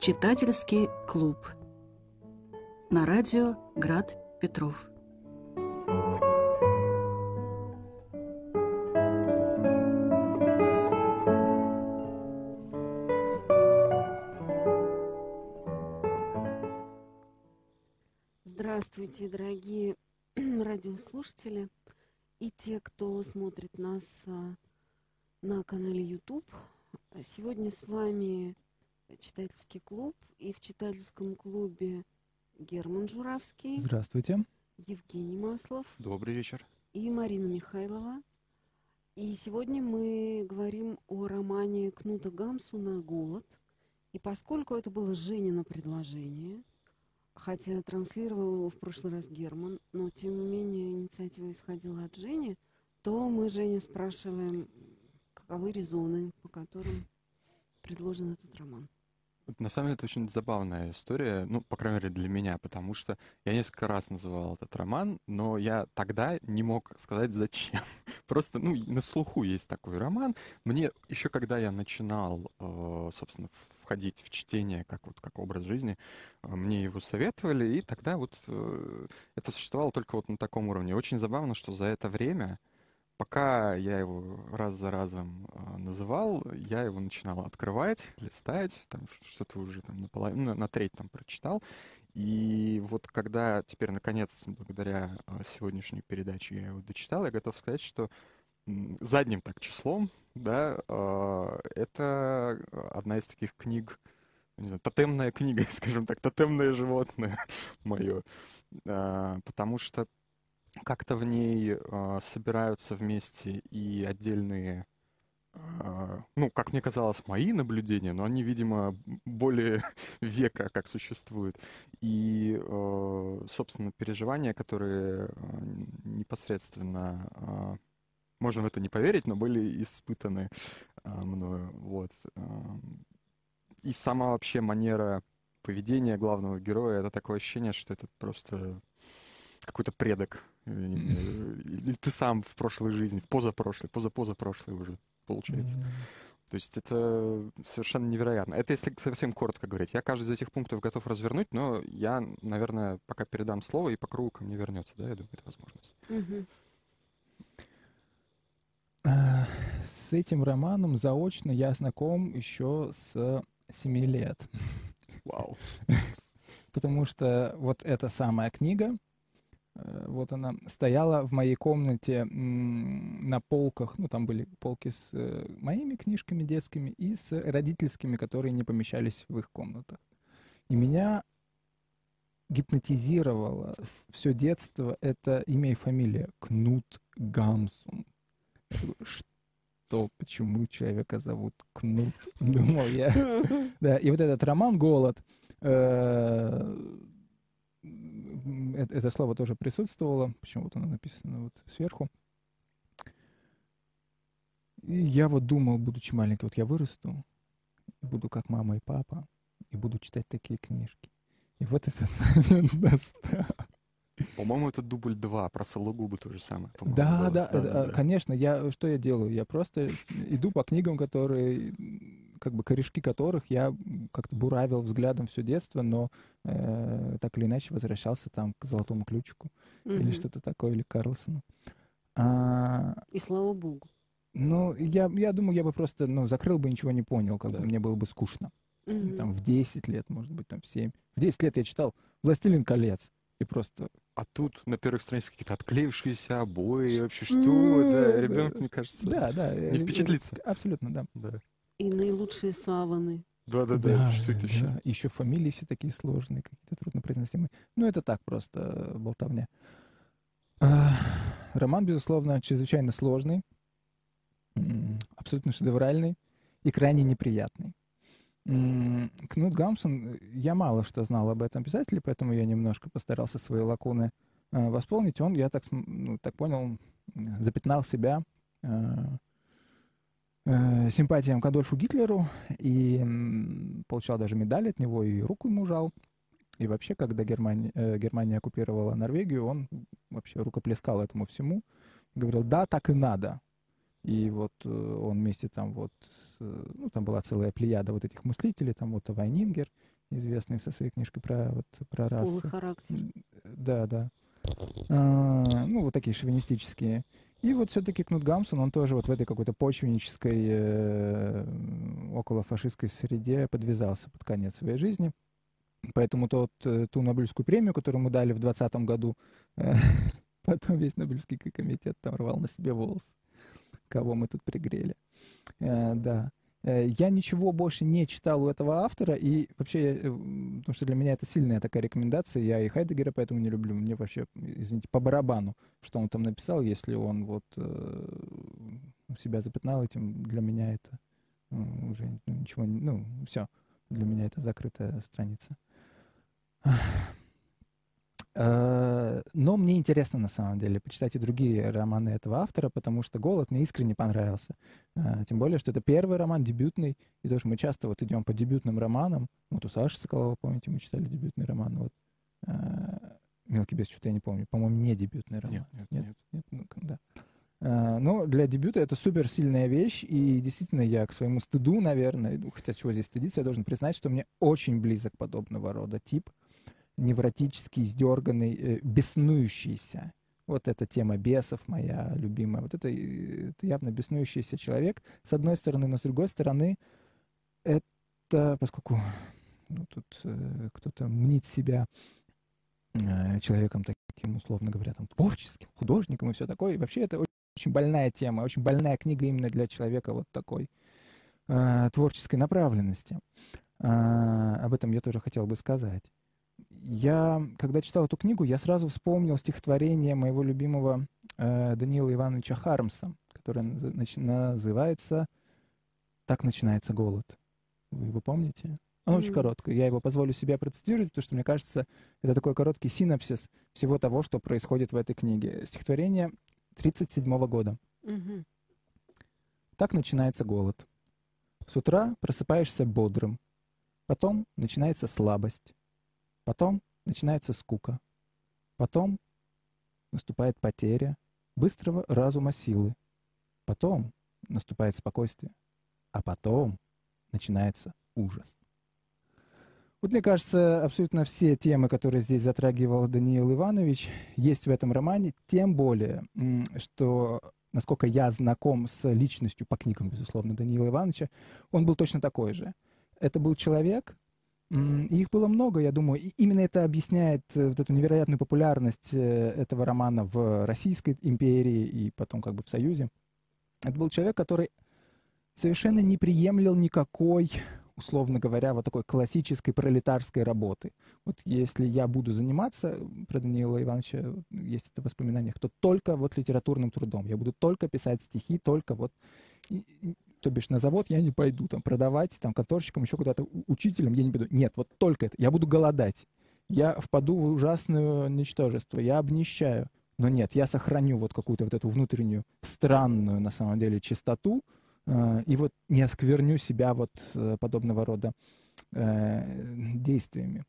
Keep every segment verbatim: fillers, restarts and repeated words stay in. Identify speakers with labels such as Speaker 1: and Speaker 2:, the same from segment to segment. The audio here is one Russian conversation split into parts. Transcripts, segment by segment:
Speaker 1: Читательский клуб на радио Град Петров.
Speaker 2: Здравствуйте, дорогие радиослушатели и те, кто смотрит нас на канале YouTube. Сегодня с вами читательский клуб, и в читательском клубе Герман Журавский.
Speaker 3: Здравствуйте.
Speaker 2: Евгений Маслов.
Speaker 4: Добрый вечер.
Speaker 2: И Марина Михайлова. И сегодня мы говорим о романе Кнута Гамсуна «Голод». И поскольку это было Женино предложение, хотя транслировал его в прошлый раз Герман, но тем не менее инициатива исходила от Жени, то мы Жене спрашиваем, каковы резоны, по которым предложен этот роман.
Speaker 4: На самом деле это очень забавная история, ну, по крайней мере, для меня, потому что я несколько раз называл этот роман, но я тогда не мог сказать, зачем. Просто, ну, на слуху есть такой роман. Мне еще когда я начинал, собственно, входить в чтение как, вот, как образ жизни, мне его советовали, и тогда вот это существовало только вот на таком уровне. Очень забавно, что за это время, пока я его раз за разом э, называл, я его начинал открывать, листать, там что-то уже там наполовину, на, на треть там прочитал. И вот когда теперь, наконец, благодаря э, сегодняшней передаче я его дочитал, я готов сказать, что м, задним так числом, да, э, это одна из таких книг, не знаю, тотемная книга, скажем так, тотемное животное мое, э, потому что как-то в ней э, собираются вместе и отдельные, э, ну, как мне казалось, мои наблюдения, но они, видимо, более века как существуют. И, э, собственно, переживания, которые э, непосредственно, э, можно в это не поверить, но были испытаны э, мною. Вот. И сама вообще манера поведения главного героя, это такое ощущение, что это просто какой-то предок. Или ты сам в прошлой жизни, в позапрошлой, позапозапрошлой уже, получается. Mm-hmm. То есть это совершенно невероятно. Это если совсем коротко говорить. Я каждый из этих пунктов готов развернуть, но я, наверное, пока передам слово, и по кругу ко мне вернется, да, я думаю, это возможность.
Speaker 2: Mm-hmm.
Speaker 3: С этим романом заочно я знаком еще с семи лет.
Speaker 4: Вау.
Speaker 3: Потому что вот эта самая книга, вот она стояла в моей комнате на полках, ну, там были полки с моими книжками детскими и с родительскими, которые не помещались в их комнатах. И меня гипнотизировало все детство это имя и фамилия Кнут Гамсун. Что, почему человека зовут Кнут? Думал я. Да, и вот этот роман «Голод», Это, это слово тоже присутствовало, почему-то оно написано вот сверху. И я вот думал, будучи маленький, вот я вырасту, буду как мама и папа, и буду читать такие книжки. И вот этот момент настал.
Speaker 4: По-моему, это дубль два, про Сологубу то же самое.
Speaker 3: Да, да, да, да, конечно. Я, что я делаю? Я просто иду по книгам, которые, как бы корешки которых я как-то буравил взглядом все детство, но э, так или иначе возвращался там к «Золотому ключику» mm-hmm. или что-то такое, или к Карлсону. А,
Speaker 2: И слава богу.
Speaker 3: Ну, я, я думаю, я бы просто ну, закрыл бы, ничего не понял, как
Speaker 4: да.
Speaker 3: бы мне было бы скучно.
Speaker 2: Mm-hmm.
Speaker 3: Там в десять лет, может быть, там в семь. В десять лет я читал «Властелин колец». И просто...
Speaker 4: А тут на первых страницах какие-то отклеившиеся обои, вообще что? Да, ребенок, мне кажется,
Speaker 3: да, да,
Speaker 4: не впечатлится.
Speaker 3: Абсолютно, да.
Speaker 4: да.
Speaker 2: И наилучшие саваны.
Speaker 4: Да-да-да,
Speaker 3: да,
Speaker 4: что это
Speaker 3: да.
Speaker 4: еще?
Speaker 3: Еще фамилии все такие сложные, какие-то труднопроизносимые. Ну, это так просто болтовня. А, роман, безусловно, чрезвычайно сложный, абсолютно шедевральный и крайне неприятный. Кнут Гамсун, я мало что знал об этом писателе, поэтому я немножко постарался свои лакуны э, восполнить. Он, я так, ну, так понял, запятнал себя э, э, симпатиям к Адольфу Гитлеру и э, получал даже медаль от него, и руку ему жал. И вообще, когда Германия, э, Германия оккупировала Норвегию, он вообще рукоплескал этому всему. Говорил, да, так и надо. И вот он вместе там вот, ну, там была целая плеяда вот этих мыслителей, там вот Вайнингер известный со своей книжкой про, вот, про расы.
Speaker 2: Полый характер.
Speaker 3: Да, да. А, ну, вот такие шовинистические. И вот все-таки Кнут Гамсун, он тоже вот в этой какой-то почвеннической, э, околофашистской среде подвязался под конец своей жизни. Поэтому тот, ту Нобелевскую премию, которую мы дали в двадцатом году, э, потом весь Нобелевский комитет там рвал на себе волосы. Кого мы тут пригрели. Э, да. Я ничего больше не читал у этого автора, и вообще, потому что для меня это сильная такая рекомендация, я и Хайдеггера поэтому не люблю, мне вообще, извините, по барабану, что он там написал, если он вот э, себя запятнал этим, для меня это э, уже ничего, ну, все, для меня это закрытая страница. Но мне интересно, на самом деле, почитать и другие романы этого автора, потому что «Голод» мне искренне понравился. Тем более, что это первый роман, дебютный, и тоже мы часто вот идем по дебютным романам. Вот у Саши Соколова, помните, мы читали дебютный роман. Вот. «Мелкий бес», что-то я не помню. По-моему, не дебютный роман.
Speaker 4: Нет, нет, нет.
Speaker 3: нет? нет? Ну, да. Но для дебюта это суперсильная вещь, и действительно я к своему стыду, наверное, хотя чего здесь стыдиться, я должен признать, что мне очень близок подобного рода тип. Невротический, издерганный, э, беснующийся. Вот эта тема бесов моя любимая. Вот это, это явно беснующийся человек, с одной стороны, но с другой стороны, это, поскольку ну, тут э, кто-то мнит себя э, человеком таким, условно говоря, там, творческим, художником и все такое, и вообще это очень, очень больная тема, очень больная книга именно для человека вот такой э, творческой направленности. Э, об этом я тоже хотел бы сказать. Я, когда читал эту книгу, я сразу вспомнил стихотворение моего любимого э, Даниила Ивановича Хармса, которое нач- называется «Так начинается голод». Вы его помните? Оно mm-hmm. очень короткое. Я его позволю себе процитировать, потому что, мне кажется, это такой короткий синопсис всего того, что происходит в этой книге. Стихотворение тридцать седьмого года. Mm-hmm. «Так начинается голод. С утра просыпаешься бодрым. Потом начинается слабость. Потом начинается скука. Потом наступает потеря быстрого разума силы. Потом наступает спокойствие. А потом начинается ужас». Вот мне кажется, абсолютно все темы, которые здесь затрагивал Даниил Иванович, есть в этом романе. Тем более, что, насколько я знаком с личностью, по книгам, безусловно, Даниила Ивановича, он был точно такой же. Это был человек... И их было много, я думаю. И именно это объясняет вот эту невероятную популярность этого романа в Российской империи и потом как бы в Союзе. Это был человек, который совершенно не приемлил никакой, условно говоря, вот такой классической пролетарской работы. Вот если я буду заниматься, про Даниила Ивановича есть это воспоминание, то только вот литературным трудом. Я буду только писать стихи, только вот... То бишь на завод я не пойду, там, продавать, там, конторщиком, еще куда-то, учителем я не пойду. Нет, вот только это. Я буду голодать. Я впаду в ужасное ничтожество. Я обнищаю. Но нет, я сохраню вот какую-то вот эту внутреннюю странную, на самом деле, чистоту, э, и вот не оскверню себя вот э, подобного рода э, действиями.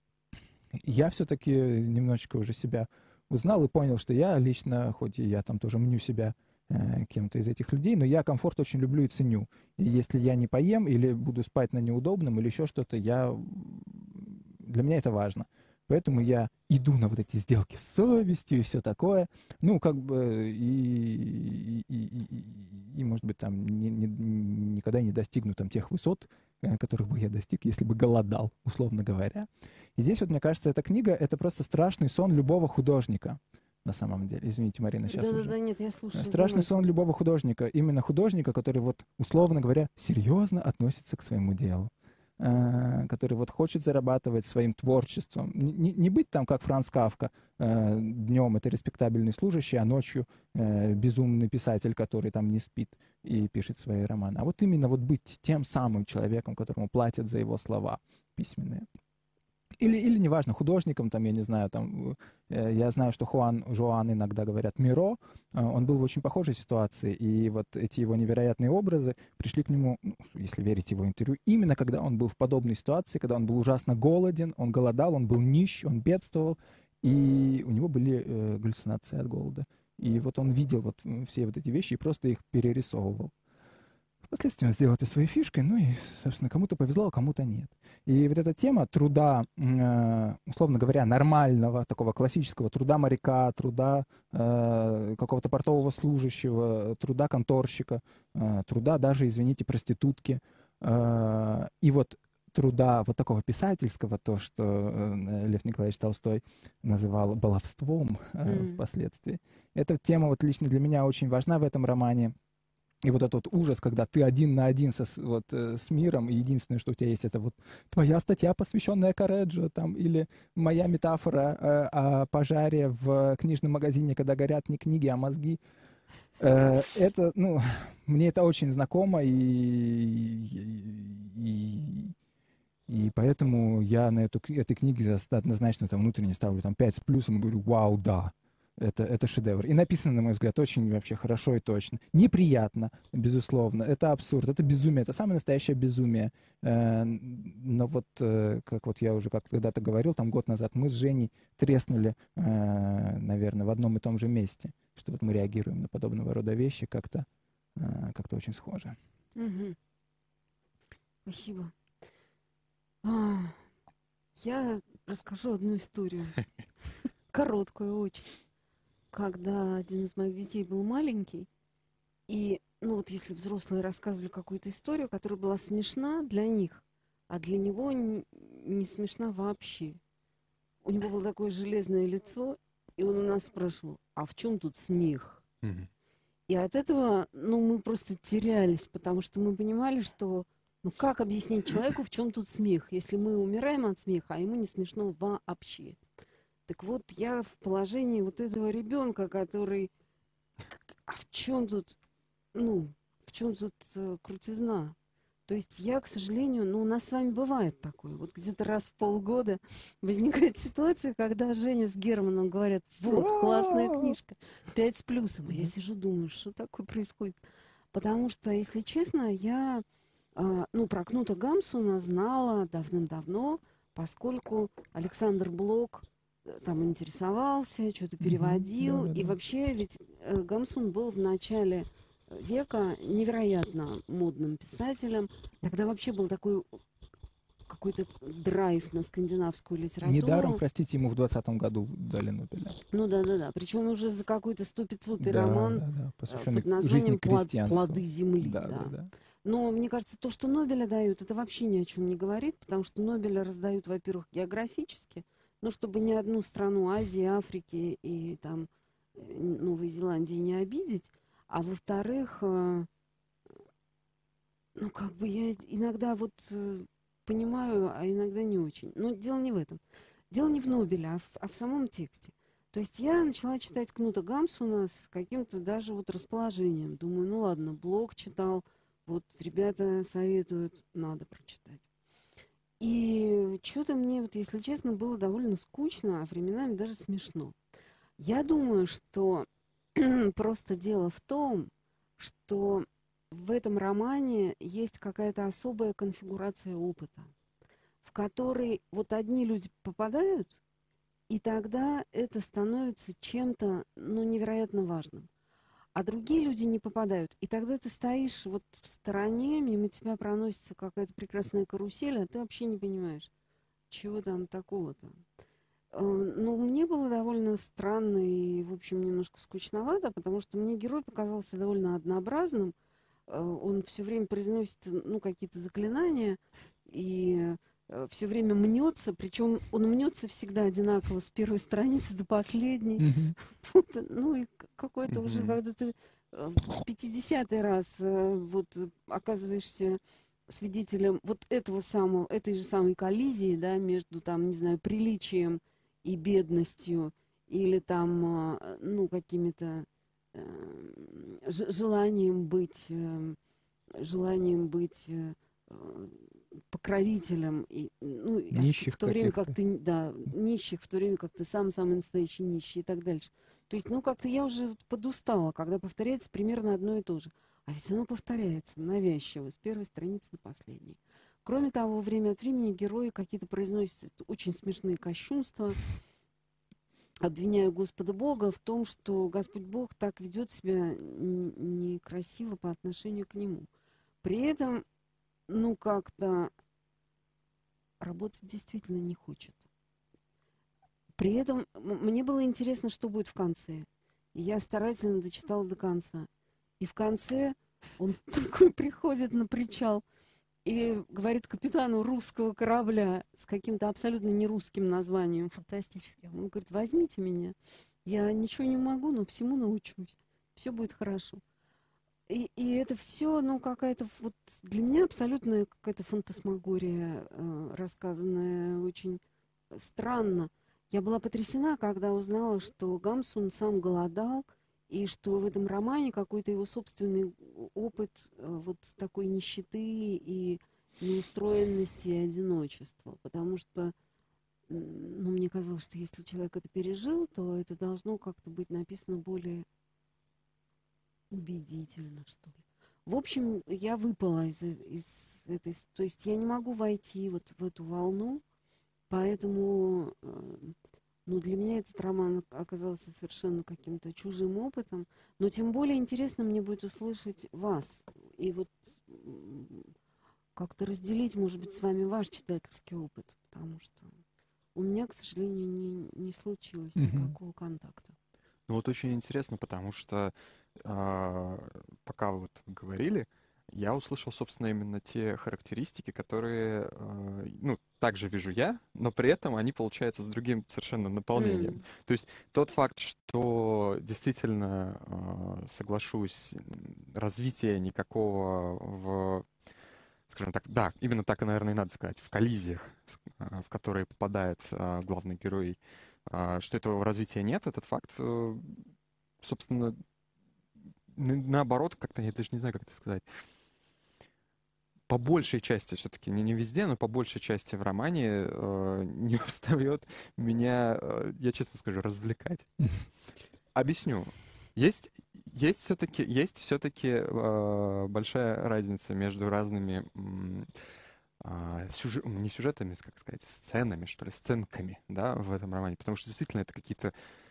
Speaker 3: Я все-таки немножечко уже себя узнал и понял, что я лично, хоть и я там тоже мню себя кем-то из этих людей, но я комфорт очень люблю и ценю. И если я не поем или буду спать на неудобном или еще что-то, я... для меня это важно. Поэтому я иду на вот эти сделки с совестью и все такое. Ну, как бы и, и, и, и, и может быть, там не, не, никогда не достигну там тех высот, которых бы я достиг, если бы голодал, условно говоря. И здесь вот, мне кажется, эта книга — это просто страшный сон любого художника. На самом деле. Извините, Марина, сейчас
Speaker 2: да,
Speaker 3: уже.
Speaker 2: Да, да, нет, я слушаю.
Speaker 3: Страшный сон любого художника. Именно художника, который вот, условно говоря, серьезно относится к своему делу. Э, который вот хочет зарабатывать своим творчеством. Не, не быть там, как Франц Кафка, э, днем это респектабельный служащий, а ночью э, безумный писатель, который там не спит и пишет свои романы. А вот именно вот быть тем самым человеком, которому платят за его слова письменные. Или, или неважно, художником, там, я не знаю, там, э, я знаю, что Хуан Жуан иногда говорят Миро, э, он был в очень похожей ситуации, и вот эти его невероятные образы пришли к нему, ну, если верить его интервью, именно когда он был в подобной ситуации, когда он был ужасно голоден, он голодал, он был нищ, он бедствовал, и у него были э, галлюцинации от голода. И вот он видел вот все вот эти вещи и просто их перерисовывал. Впоследствии он сделал это своей фишкой, ну и, собственно, кому-то повезло, а кому-то нет. И вот эта тема труда, э, условно говоря, нормального, такого классического труда моряка, труда э, какого-то портового служащего, труда конторщика, э, труда даже, извините, проститутки, э, и вот труда вот такого писательского, то, что э, Лев Николаевич Толстой называл баловством э,
Speaker 2: М.
Speaker 3: впоследствии. Эта тема вот лично для меня очень важна в этом романе. И вот этот вот ужас, когда ты один на один со, с- вот, э, с миром, и единственное, что у тебя есть, это вот твоя статья, посвященная Корреджо, там, или моя метафора э, о пожаре в книжном магазине, когда горят не книги, а мозги. Э, это, ну, мне это очень знакомо, и, и, и поэтому я на эту, к- этой книге однозначно там внутренне ставлю там пять с плюсом и говорю, вау, да. Это, это шедевр. И написано, на мой взгляд, очень вообще хорошо и точно. Неприятно, безусловно. Это абсурд, это безумие, это самое настоящее безумие. Э, Но вот, э, как вот я уже как когда-то говорил, там год назад мы с Женей треснули, э, наверное, в одном и том же месте, что вот мы реагируем на подобного рода вещи как-то э, как-то очень схоже.
Speaker 2: Мгм. Спасибо. А, Я расскажу одну историю. Короткую очень. Когда один из моих детей был маленький, и, ну вот если взрослые рассказывали какую-то историю, которая была смешна для них, а для него н- не смешна вообще. У него было такое железное лицо, и он у нас спрашивал, а в чем тут смех?
Speaker 4: Мгм.
Speaker 2: И от этого, ну, мы просто терялись, потому что мы понимали, что, ну, как объяснить человеку, в чем тут смех, если мы умираем от смеха, а ему не смешно вообще. Так вот, я в положении вот этого ребенка, который, а в чем тут, ну, в чем тут э, крутизна? То есть я, к сожалению, ну, у нас с вами бывает такое. Вот где-то раз в полгода возникает ситуация, когда Женя с Германом говорят, вот, классная книжка, пять с плюсом. А я сижу, думаю, что такое происходит? Потому что, если честно, я, а, ну, про Кнута Гамсуна знала давным-давно, поскольку Александр Блок э, там интересовался, что-то
Speaker 3: Мгм.
Speaker 2: переводил. И
Speaker 3: Да-да-да.
Speaker 2: вообще ведь э, Гамсун был в начале века невероятно модным писателем. Тогда вообще был такой какой-то драйв на скандинавскую
Speaker 3: Недаром,
Speaker 2: литературу.
Speaker 3: простите, ему в двадцатом году дали Нобеля.
Speaker 2: Ну да, да, да. Причем уже за какой-то сто-пятьсотый
Speaker 3: Да,
Speaker 2: роман
Speaker 3: да, да,
Speaker 2: э,
Speaker 3: посвященный
Speaker 2: под
Speaker 3: жизни
Speaker 2: названием «Плод-
Speaker 3: крестьянства.
Speaker 2: «Плоды земли».
Speaker 3: Да,
Speaker 2: Да.
Speaker 3: да, да.
Speaker 2: Но мне кажется, то, что Нобеля дают, это вообще ни о чем не говорит, потому что Нобеля раздают, во-первых, географически, ну, чтобы ни одну страну Азии, Африки и там э, Новой Зеландии не обидеть, а во-вторых, э, ну, как бы я иногда вот э, понимаю, а иногда не очень. Но дело не в этом. Дело не в Нобеле, а в, а в самом тексте. То есть я начала читать Кнута Гамсуна с каким-то даже вот расположением. Думаю, ну ладно, Блок читал, вот ребята советуют, надо прочитать. И что-то мне, вот, если честно, было довольно скучно, а временами даже смешно. Я думаю, что просто дело в том, что в этом романе есть какая-то особая конфигурация опыта, в которой вот одни люди попадают, и тогда это становится чем-то, ну, невероятно важным. А другие люди не попадают. И тогда ты стоишь вот в стороне, мимо тебя проносится какая-то прекрасная карусель, а ты вообще не понимаешь, чего там такого-то. Э, Ну, мне было довольно странно и, в общем, немножко скучновато, потому что мне герой показался довольно однообразным. Э, Он все время произносит, ну, какие-то заклинания и все время мнется, причем он мнется всегда одинаково с первой страницы до последней.
Speaker 3: Мгм.
Speaker 2: Вот, ну и к- какой-то уже,
Speaker 4: Мгм.
Speaker 2: когда ты э, в пятидесятый раз э, вот э, оказываешься свидетелем вот этого самого, этой же самой коллизии, да, между там, не знаю, приличием и бедностью, или там, э, ну, какими-то э, ж- желанием быть, э, желанием быть э, э, покровителем, и, ну, и в,
Speaker 3: Нищих
Speaker 2: в то время
Speaker 3: каких-то.
Speaker 2: как ты, да, нищих, в то время как ты сам самый настоящий нищий и так дальше. То есть, ну, как-то я уже вот подустала, когда повторяется примерно одно и то же. А ведь оно повторяется навязчиво, с первой страницы до последней. Кроме того, время от времени герои какие-то произносят очень смешные кощунства, обвиняя Господа Бога в том, что Господь Бог так ведет себя н- некрасиво по отношению к нему. При этом, ну, как-то работать действительно не хочет. При этом м- мне было интересно, что будет в конце. И я старательно дочитала до конца. И в конце он такой приходит на причал и говорит капитану русского корабля с каким-то абсолютно нерусским названием, фантастическим. Он говорит: возьмите меня. Я ничего не могу, но всему научусь. Все будет хорошо. И, и это все, ну, какая-то вот для меня абсолютно какая-то фантасмагория, э, рассказанная очень странно. Я была потрясена, когда узнала, что Гамсун сам голодал, и что в этом романе какой-то его собственный опыт э, вот такой нищеты и неустроенности и одиночества. Потому что, м, ну, мне казалось, что если человек это пережил, то это должно как-то быть написано более убедительно, что ли. В общем, я выпала из, из этой... То есть я не могу войти вот в эту волну, поэтому, э, ну, для меня этот роман оказался совершенно каким-то чужим опытом, но тем более интересно мне будет услышать вас и вот м, как-то разделить, может быть, с вами ваш читательский опыт, потому что у меня, к сожалению, не, не случилось
Speaker 3: Мгм.
Speaker 2: никакого контакта.
Speaker 4: Ну вот очень интересно, потому что а, пока вот вы говорили, я услышал, собственно, именно те характеристики, которые, а, ну, также вижу я, но при этом они, получаются, с другим совершенно наполнением.
Speaker 2: М.
Speaker 4: То есть тот факт, что действительно, а, соглашусь, м, развития никакого в, скажем так, да, именно так и, наверное, и надо сказать, в коллизиях, с- а, в которые попадает а, главный герой, а, что этого развития нет, этот факт, э, собственно, н- наоборот, как-то, я даже не знаю, как это сказать, по большей части, все-таки, не, не везде, но по большей части в романе э, не устает меня, э, я честно скажу, развлекать. Объясню. Есть, есть все-таки, есть все-таки большая разница между разными м, а, сюжет, не сюжетами, как сказать, сценами, что ли, сценками, да, в этом романе, потому что действительно это какие-то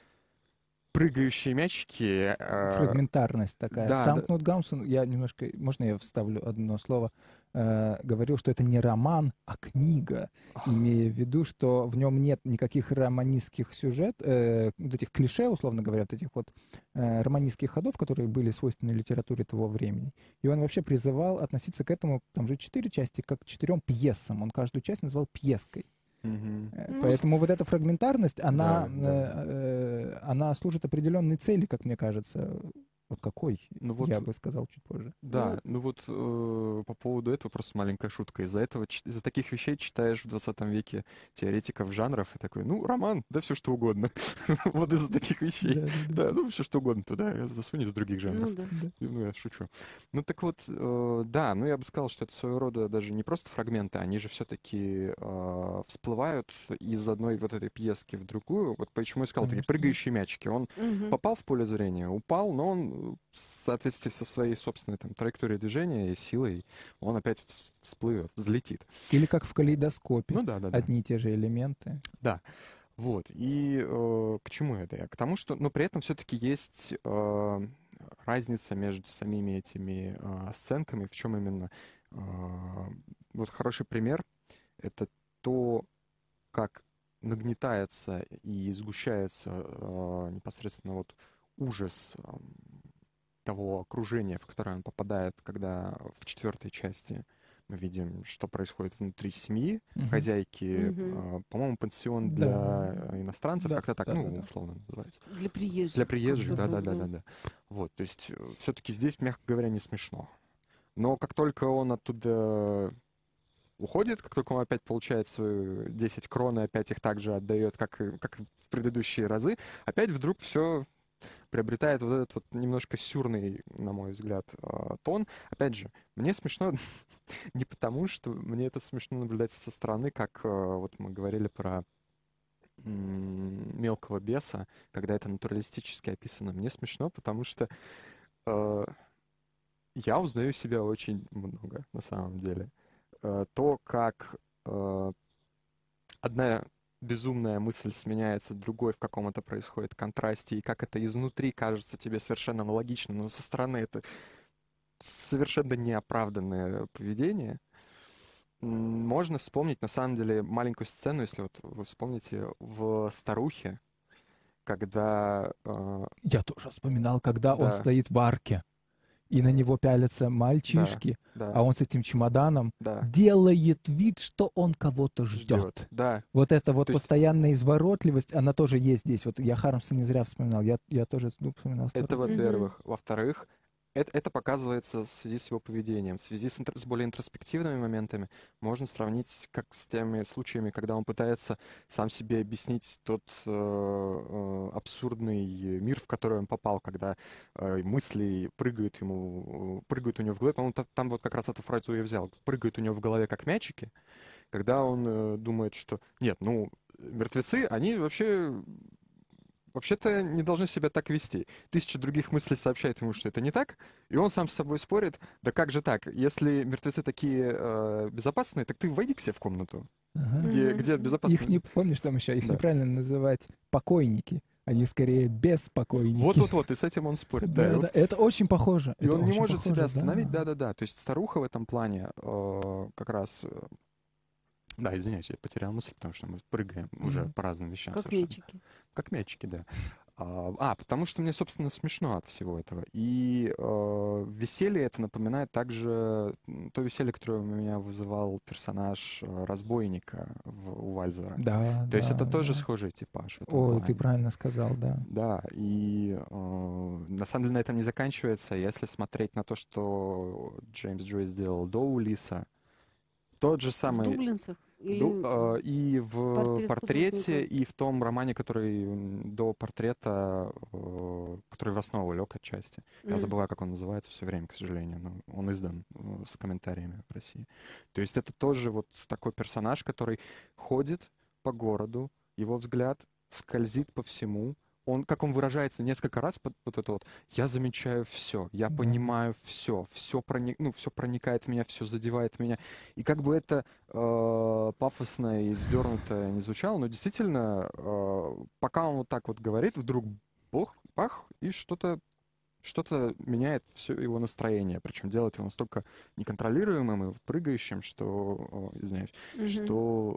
Speaker 4: прыгающие мячики. э,
Speaker 3: Фрагментарность такая.
Speaker 4: да,
Speaker 3: Сам
Speaker 4: да,
Speaker 3: Кнут Гамсун, я немножко, можно я вставлю одно слово, э, говорил, что это не роман, а книга, имея в виду, что в нем нет никаких романистских сюжет, э, вот этих клише, условно говоря, вот этих вот э, романистских ходов, которые были свойственны литературе того времени. И он вообще призывал относиться к этому, там же четыре части, как к четырем пьесам. Он каждую часть назвал пьеской.
Speaker 4: мгм.
Speaker 3: Э,
Speaker 2: Ну,
Speaker 3: Поэтому вот эта фрагментарность, она,
Speaker 4: Да, да.
Speaker 3: э, э, она служит определенной цели, как мне кажется. Вот какой,
Speaker 4: Ну вот,
Speaker 3: я бы сказал чуть позже.
Speaker 4: да, ну вот э, по поводу этого просто маленькая шутка. Из-за этого, ч- из-за таких вещей читаешь в двадцатом веке теоретиков жанров и такой, ну, роман, да все что угодно. Вот из-за таких вещей.
Speaker 3: Да, да,
Speaker 4: Да, ну все что угодно туда засунь из других жанров.
Speaker 2: ну да.
Speaker 3: да.
Speaker 4: И, Ну, я шучу. Ну, так вот, э, да, ну, я бы сказал, что это своего рода даже не просто фрагменты, они же все-таки всплывают из одной вот этой пьески в другую. Вот почему я сказал, такие
Speaker 3: Конечно, да.
Speaker 4: прыгающие мячики. Он
Speaker 2: Мгм.
Speaker 4: попал в поле зрения, упал, но он в соответствии со своей собственной там траекторией движения и силой, он опять вс- всплывет, взлетит.
Speaker 3: Или как в калейдоскопе.
Speaker 4: Ну, да, да, да.
Speaker 3: Одни и те же элементы.
Speaker 4: Да. Вот. И э, к чему это я? К тому, что, но при этом все-таки есть э, разница между самими этими э, сценками. В чем именно? Э, вот хороший пример — это то, как нагнетается и сгущается э, непосредственно вот ужас эм, того окружения, в которое он попадает, когда в четвертой части мы видим, что происходит внутри семьи,
Speaker 3: Мгм.
Speaker 4: хозяйки,
Speaker 2: Мгм.
Speaker 4: э, по-моему, пансион
Speaker 3: Да.
Speaker 4: для э, иностранцев,
Speaker 3: Да,
Speaker 4: как-то так,
Speaker 3: да,
Speaker 4: ну,
Speaker 3: да, да.
Speaker 4: условно называется.
Speaker 2: Для приезжих.
Speaker 4: Для приезжих,
Speaker 2: как-то так,
Speaker 4: да-да-да-да-да. Вот, то есть все-таки здесь, мягко говоря, не смешно. Но как только он оттуда уходит, как только он опять получает свои десять крон и опять их также отдает, как, и- как и в предыдущие разы, опять вдруг все приобретает вот этот вот немножко сюрный, на мой взгляд, э, тон. Опять же, мне смешно не потому, что мне это смешно наблюдать со стороны, как э, вот мы говорили про м, мелкого беса, когда это натуралистически описано. Мне смешно, потому что э, я узнаю себя очень много на самом деле. Э, то, как э, одна безумная мысль сменяется другой, в каком это происходит контрасте, и как это изнутри кажется тебе совершенно аналогично, но со стороны это совершенно неоправданное поведение. М, Можно вспомнить, на самом деле, маленькую сцену, если вот вы вспомните, в «Старухе», когда... э,
Speaker 3: Я тоже вспоминал, когда он
Speaker 4: да,
Speaker 3: стоит в арке, и на него пялятся
Speaker 4: да,
Speaker 3: мальчишки, а
Speaker 4: да,
Speaker 3: он с этим чемоданом
Speaker 4: да,
Speaker 3: делает вид, что он кого-то
Speaker 4: ждет.
Speaker 3: ждет.
Speaker 4: Да,
Speaker 3: Вот эта вот
Speaker 4: то есть
Speaker 3: постоянная изворотливость, она тоже есть здесь. Вот я Хармса не зря вспоминал, я, я тоже ну, вспоминал
Speaker 4: это
Speaker 3: «Старуху».
Speaker 2: Мгм.
Speaker 4: во-первых. Во-вторых, это, это показывается в связи с его поведением, в связи с, интр- с более интроспективными моментами. Можно сравнить как с теми случаями, когда он пытается сам себе объяснить тот э, э, абсурдный мир, в который он попал, когда э, мысли прыгают ему, э, прыгают у него в голове. По-моему, та- там вот как раз эту фразу я взял. Прыгают у него в голове как мячики, когда он э, думает, что нет, ну, мертвецы, они вообще вообще-то не должны себя так вести. Тысяча других мыслей сообщает ему, что это не так, и он сам с собой спорит, да как же так, если мертвецы такие э, безопасные, так ты войди к себе в комнату,
Speaker 3: Ага.
Speaker 4: где,
Speaker 2: Мгм.
Speaker 4: где
Speaker 2: Мгм.
Speaker 4: безопасно.
Speaker 3: Их не, помнишь там еще, их
Speaker 4: Да.
Speaker 3: неправильно называть покойники. Они скорее беспокойники.
Speaker 4: Вот-вот-вот, и с этим он спорит. Да, и
Speaker 3: Да,
Speaker 4: вот-
Speaker 3: да, это очень похоже.
Speaker 4: и
Speaker 3: это
Speaker 4: он не
Speaker 3: очень
Speaker 4: может
Speaker 3: похоже,
Speaker 4: себя остановить,
Speaker 3: да.
Speaker 4: да-да-да. То есть старуха в этом плане э, как раз... э, Да, извиняюсь, я потерял мысль, потому что мы прыгаем уже
Speaker 3: Мгм.
Speaker 4: по разным вещам
Speaker 2: Как
Speaker 4: совершенно.
Speaker 2: мячики.
Speaker 4: Как мячики, да. А, а, потому что мне, собственно, смешно от всего этого. И э, веселье это напоминает также м, то веселье, которое у меня вызывал персонаж э, разбойника в, у Вальзера.
Speaker 3: Да,
Speaker 4: То есть
Speaker 3: да,
Speaker 4: это тоже
Speaker 3: да.
Speaker 4: схожий типаж в этом
Speaker 3: Ой,
Speaker 4: плане.
Speaker 3: ты правильно сказал, да.
Speaker 4: Да, и э, на самом деле на этом не заканчивается. Если смотреть на то, что Джеймс Джойс сделал до Улиса, тот же
Speaker 2: В
Speaker 4: самый...
Speaker 2: дублинцах? Или
Speaker 4: Ду- э, и в
Speaker 2: портрет
Speaker 4: портрете,
Speaker 2: художника?
Speaker 4: и в том романе, который м, до портрета, э, который в основу лег отчасти. Я
Speaker 2: М.
Speaker 4: забываю, как он называется все время, к сожалению, но он издан э, с комментариями в России. То есть это тоже вот такой персонаж, который ходит по городу, его взгляд скользит по всему. Он, как он выражается несколько раз, под- вот это вот, я замечаю все, я
Speaker 3: Да.
Speaker 4: понимаю все, все, проник, ну, все проникает в меня, все задевает меня. И как бы это э, пафосно и вздернуто не звучало, но действительно, э, пока он вот так вот говорит, вдруг бог, пах, и что-то что-то меняет все его настроение, причем делает его настолько неконтролируемым и прыгающим, что, о, извиняюсь,
Speaker 2: Мгм.
Speaker 4: что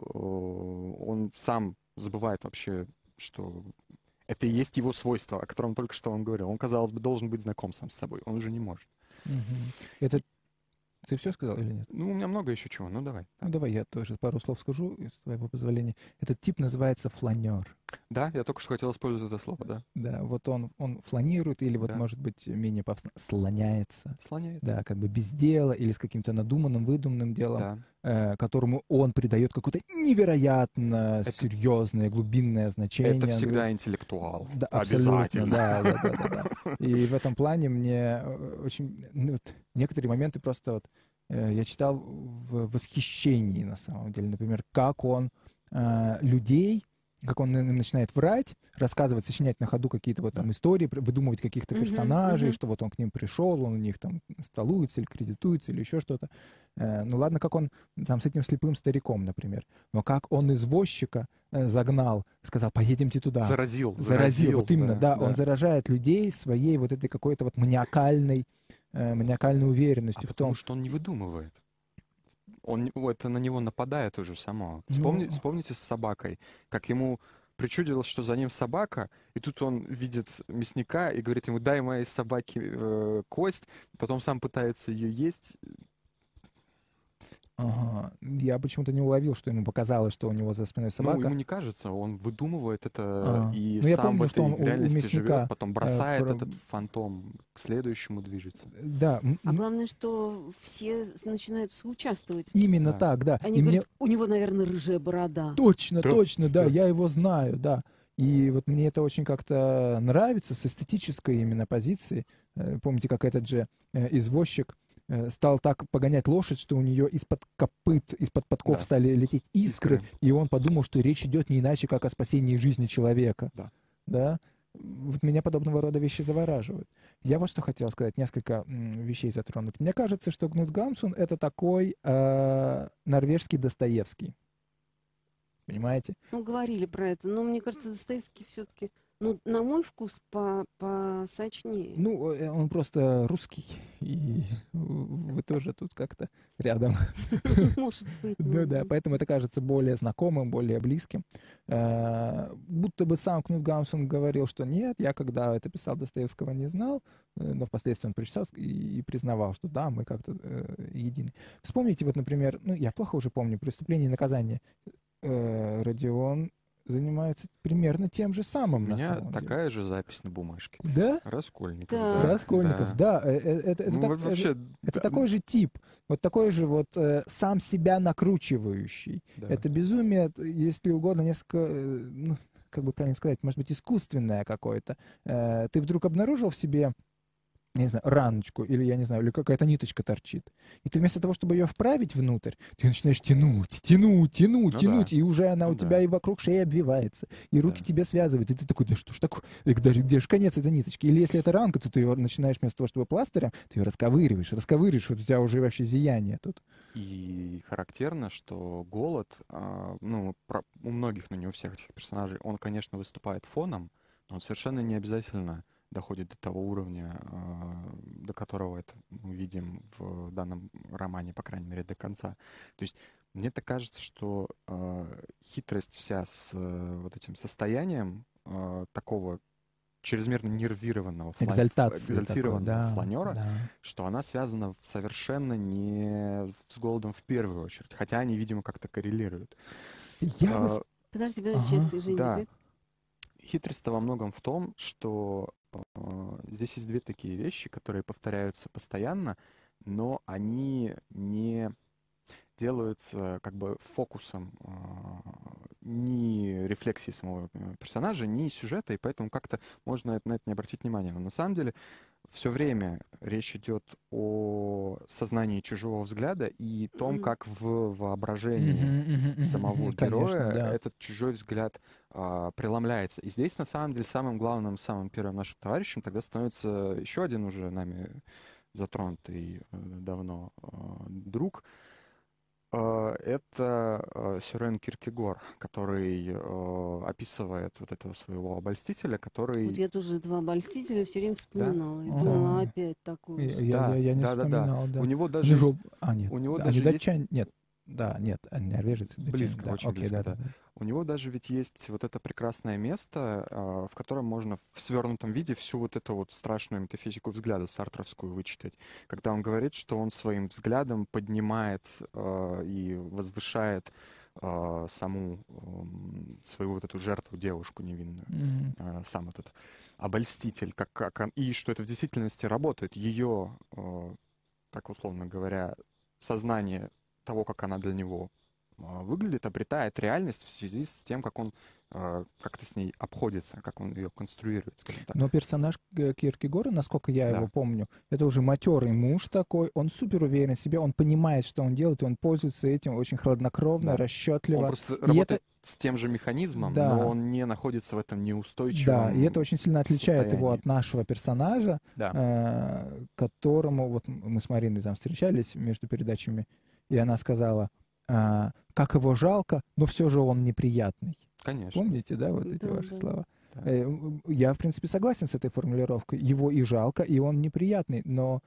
Speaker 4: о, он сам забывает вообще, что это и есть его свойство, о котором только что он говорил. Он, казалось бы, должен быть знаком сам с собой, он уже не может.
Speaker 3: Мгм. Это ты все сказал или нет?
Speaker 4: Ну, у меня много еще чего, ну давай.
Speaker 3: Ну, давай я тоже пару слов скажу, с твоего позволения. Этот тип называется фланер.
Speaker 4: Да, я только что хотел использовать это слово, да.
Speaker 3: Да, вот он, он фланирует или вот,
Speaker 4: Да.
Speaker 3: может быть, менее пафосно, слоняется.
Speaker 4: Слоняется.
Speaker 3: Да, как бы без дела или с каким-то надуманным, выдуманным делом,
Speaker 4: Да.
Speaker 3: э, которому он придает какое-то невероятно
Speaker 4: Это-
Speaker 3: серьезное, глубинное значение.
Speaker 4: Это всегда интеллектуал.
Speaker 3: Да, абсолютно,
Speaker 4: Обязательно.
Speaker 3: да, да, да, да, да. И в этом плане мне э, очень, ну, вот некоторые моменты просто вот э, я читал в восхищении на самом деле, например, как он э, людей, как он им начинает врать, рассказывать, сочинять на ходу какие-то вот там истории, пр- выдумывать каких-то
Speaker 2: Мгм,
Speaker 3: персонажей,
Speaker 2: мгм.
Speaker 3: что вот он к ним пришел, он у них там столуется или кредитуется или еще что-то. Э, Ну ладно, как он там с этим слепым стариком, например, но как он извозчика э, загнал, сказал, поедемте туда.
Speaker 4: Заразил.
Speaker 3: Заразил, вот именно, да, он
Speaker 4: да.
Speaker 3: заражает людей своей вот этой какой-то вот маниакальной, э, маниакальной
Speaker 4: А
Speaker 3: уверенностью в
Speaker 4: потому
Speaker 3: том,
Speaker 4: что он не выдумывает. Он, не- о, это на него нападает уже само.
Speaker 3: Ну-
Speaker 4: Вспомни, Вспомните с собакой, как ему причудилось, что за ним собака, и тут он видит мясника и говорит ему, дай моей собаке э, кость, потом сам пытается ее есть.
Speaker 3: ага, я почему-то не уловил, что ему показалось, что у него за спиной
Speaker 4: Ну,
Speaker 3: собака.
Speaker 4: ему не кажется, он выдумывает это
Speaker 3: А.
Speaker 4: и
Speaker 3: Ну, я
Speaker 4: сам
Speaker 3: помню,
Speaker 4: в этой
Speaker 3: что он у- у
Speaker 4: реальности
Speaker 3: мясника,
Speaker 4: живет, потом бросает
Speaker 3: про-
Speaker 4: этот фантом, к следующему движется.
Speaker 3: Да, м-
Speaker 2: А
Speaker 3: м,
Speaker 2: главное, что все с- начинают соучаствовать.
Speaker 3: именно
Speaker 4: Да.
Speaker 3: так, да.
Speaker 2: Они
Speaker 3: И мне
Speaker 2: говорят, у него, наверное, рыжая борода.
Speaker 3: точно,
Speaker 4: Да,
Speaker 3: точно, да,
Speaker 4: да.
Speaker 3: я его знаю, да. И вот мне это очень как-то нравится с эстетической именно позиции. Э, Помните, как этот же э, извозчик э, стал так погонять лошадь, что у нее из-под копыт, из-под подков
Speaker 4: Да.
Speaker 3: стали лететь искры,
Speaker 4: Искры.
Speaker 3: и он подумал, что речь идет не иначе, как о спасении жизни человека.
Speaker 4: Да.
Speaker 3: Да? Вот меня подобного рода вещи завораживают. Я вот что хотел сказать, несколько м, вещей затронуть. Мне кажется, что Кнут Гамсун — это такой э, норвежский Достоевский. Понимаете?
Speaker 2: Ну, говорили про это. Но мне кажется, Достоевский все-таки Ну, на мой вкус, по посочнее.
Speaker 3: Ну, э, он просто русский, и вы тоже тут как-то рядом.
Speaker 2: Может быть,
Speaker 3: Ну да,
Speaker 2: ну,
Speaker 3: поэтому это кажется более знакомым, более близким. Э, Будто бы сам Кнут Гамсун говорил, что нет, я когда это писал Достоевского не знал, э, но впоследствии он прочитал и и признавал, что да, мы как-то э, едины. Вспомните, вот, например, ну, я плохо уже помню, «Преступление и наказание». Э, Родион занимается примерно тем же
Speaker 4: У
Speaker 3: самым на
Speaker 4: меня
Speaker 3: самом деле.
Speaker 4: такая же запись на бумажке.
Speaker 3: Да?
Speaker 4: Раскольников,
Speaker 2: Да.
Speaker 4: да.
Speaker 3: Раскольников, да. э, э, Это, это
Speaker 4: Ну,
Speaker 3: так-
Speaker 4: во-
Speaker 3: это-
Speaker 4: вообще,
Speaker 3: это
Speaker 4: да,
Speaker 3: такой же тип, вот такой же вот э, сам себя накручивающий.
Speaker 4: да.
Speaker 3: Это безумие, т- если угодно, несколько, э, ну, как бы правильно сказать, может быть, искусственное какое-то. Э, Ты вдруг обнаружил в себе, я не знаю, раночку, или, я не знаю, или какая-то ниточка торчит. И ты вместо того, чтобы ее вправить внутрь, ты начинаешь тянуть, тянуть, тянуть,
Speaker 4: Ну
Speaker 3: тянуть,
Speaker 4: да.
Speaker 3: и уже она
Speaker 4: Ну
Speaker 3: у
Speaker 4: да.
Speaker 3: тебя и вокруг шеи обвивается, и руки
Speaker 4: Да.
Speaker 3: тебе связывают, и ты такой, да что ж такое, и даже где же конец этой ниточки? Или если это ранка, то ты ее начинаешь вместо того, чтобы пластырем, ты ее расковыриваешь, расковыриваешь, вот у тебя уже вообще зияние тут.
Speaker 4: И характерно, что голод, а, ну, про- у многих, но не у всех этих персонажей, он, конечно, выступает фоном, но он совершенно не обязательно доходит до того уровня, а, до которого это мы видим в данном романе, по крайней мере, до конца. То есть мне так кажется, что а, хитрость вся с э, вот этим состоянием а, такого чрезмерно нервированного, флан-
Speaker 3: Экзальтации
Speaker 4: экзальтированного
Speaker 3: такой, да,
Speaker 4: фланера,
Speaker 3: да.
Speaker 4: что она связана в- совершенно не с голодом в первую очередь, хотя они, видимо, как-то коррелируют.
Speaker 3: Я
Speaker 4: А,
Speaker 3: вас...
Speaker 2: подожди, подожди,
Speaker 3: Ага,
Speaker 2: сейчас, извини.
Speaker 4: да.
Speaker 2: говори.
Speaker 4: Хитрость-то во многом в том, что а, здесь есть две такие вещи, которые повторяются постоянно, но они не делаются как бы фокусом а, ни рефлексии самого э, персонажа, ни сюжета, и поэтому как-то можно это- на это не обратить внимания. Но на самом деле все время речь идет о сознании чужого взгляда и том,
Speaker 2: Мгм.
Speaker 4: как в воображении
Speaker 3: Мгм, мгм, мгм,
Speaker 4: самого
Speaker 3: мгм,
Speaker 4: героя
Speaker 3: конечно, да.
Speaker 4: этот чужой взгляд а, преломляется. И здесь, на самом деле, самым главным, самым первым нашим товарищем тогда становится еще один уже нами затронутый э, давно а, друг. А, Это а, Сёрен Кierkegaard, который а, описывает вот этого своего обольстителя, который...
Speaker 2: Вот я тоже два обольстителя все время вспоминала. И
Speaker 3: Ага.
Speaker 2: думала, опять такое
Speaker 3: Я,
Speaker 2: же.
Speaker 3: я,
Speaker 4: Да,
Speaker 3: я, я не
Speaker 4: да, да, да.
Speaker 3: вспоминал, да.
Speaker 4: У него
Speaker 3: Они
Speaker 4: даже
Speaker 3: же...
Speaker 4: есть-
Speaker 3: об- А, нет,
Speaker 4: у него
Speaker 3: да,
Speaker 4: даже
Speaker 3: они
Speaker 4: есть-
Speaker 3: датчане... Нет, да, нет, они норвежцы, датчане,
Speaker 4: Близко,
Speaker 3: да.
Speaker 4: очень
Speaker 3: Окей,
Speaker 4: близко,
Speaker 3: да,
Speaker 4: да.
Speaker 3: да, да.
Speaker 4: У него даже ведь есть вот это прекрасное место, а, в котором можно в свернутом виде всю вот эту вот страшную метафизику взгляда сартровскую вычитать. Когда он говорит, что он своим взглядом поднимает а, и возвышает а, саму ам, свою вот эту жертву, девушку невинную,
Speaker 3: Мгм.
Speaker 4: а, сам этот обольститель, как, как он- и что это в действительности работает. Ее, а, так условно говоря, сознание того, как она для него а, выглядит, обретает реальность в связи с тем, как он а, как-то с ней обходится, как он ее конструирует, скажем так.
Speaker 3: Но персонаж э, Киркегора, насколько я
Speaker 4: Да.
Speaker 3: его помню, это уже матерый муж такой, он супер уверен в себе, он понимает, что он делает, и он пользуется этим очень хладнокровно,
Speaker 4: Да.
Speaker 3: расчетливо.
Speaker 4: Он просто
Speaker 3: И
Speaker 4: работает с тем же механизмом,
Speaker 3: Да.
Speaker 4: но он не находится в этом неустойчивом
Speaker 3: Да, и это очень сильно отличает его
Speaker 4: состоянии.
Speaker 3: от нашего персонажа,
Speaker 4: Да.
Speaker 3: э, которому, вот мы с Мариной там встречались между передачами, и она сказала, а, как его жалко, но все же он неприятный.
Speaker 4: Конечно.
Speaker 3: Помните, да, вот эти
Speaker 2: Да,
Speaker 3: ваши
Speaker 2: да.
Speaker 3: слова?
Speaker 4: Да.
Speaker 3: Э, м, Я, в принципе, согласен с этой формулировкой. Его и жалко, и он неприятный, но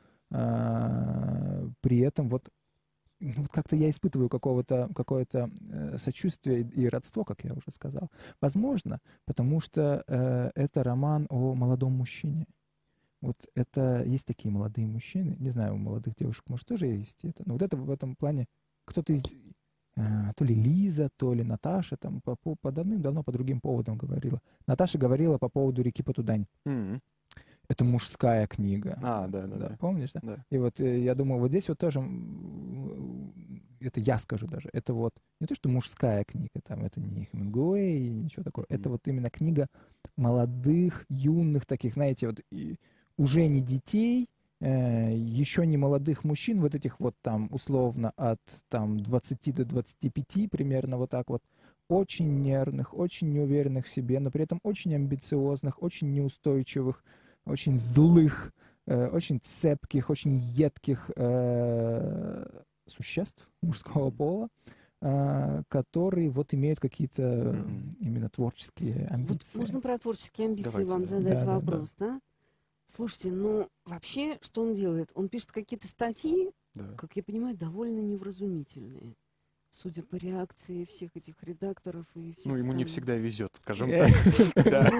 Speaker 3: а, при этом вот, ну, вот как-то я испытываю какого-то, какое-то э, сочувствие и, и родство, как я уже сказал. Возможно, потому что э, это роман о молодом мужчине. Вот это есть такие молодые мужчины. Не знаю, у молодых девушек, может, тоже есть это. Но вот это в этом плане кто-то из... а, то ли Лиза, то ли Наташа там по, по, по давным-давно по другим поводам говорила. Наташа говорила по поводу реки Потудань.
Speaker 4: М.
Speaker 3: Это мужская книга.
Speaker 4: А, да, да, да.
Speaker 3: Помнишь, да?
Speaker 4: Да.
Speaker 3: И вот э, я думаю, вот здесь вот тоже, м, это я скажу даже, это вот не то, что мужская книга, там, это не Хемингуэй, ничего такого, это
Speaker 4: Мгм.
Speaker 3: вот именно книга молодых, юных таких, знаете, вот и уже не детей, э, еще не молодых мужчин, вот этих вот там условно от там двадцати до двадцати пяти примерно вот так вот, очень нервных, очень неуверенных в себе, но при этом очень амбициозных, очень неустойчивых, очень злых, э, очень цепких, очень едких э, существ мужского
Speaker 4: Мгм.
Speaker 3: пола. а, которые вот имеют какие-то
Speaker 4: Мгм.
Speaker 3: именно творческие
Speaker 2: Вот
Speaker 3: амбиции.
Speaker 2: можно про творческие амбиции
Speaker 4: Давайте,
Speaker 2: вам
Speaker 4: да.
Speaker 2: задать
Speaker 3: Да, да, да.
Speaker 2: вопрос, да? Слушайте, ну вообще, что он делает? Он пишет какие-то статьи,
Speaker 4: Да.
Speaker 2: как я понимаю, довольно невразумительные. Судя по реакции всех этих редакторов и всех
Speaker 4: Ну, ему не
Speaker 2: остальных.
Speaker 4: всегда везет, скажем
Speaker 3: Э,
Speaker 4: так. Да.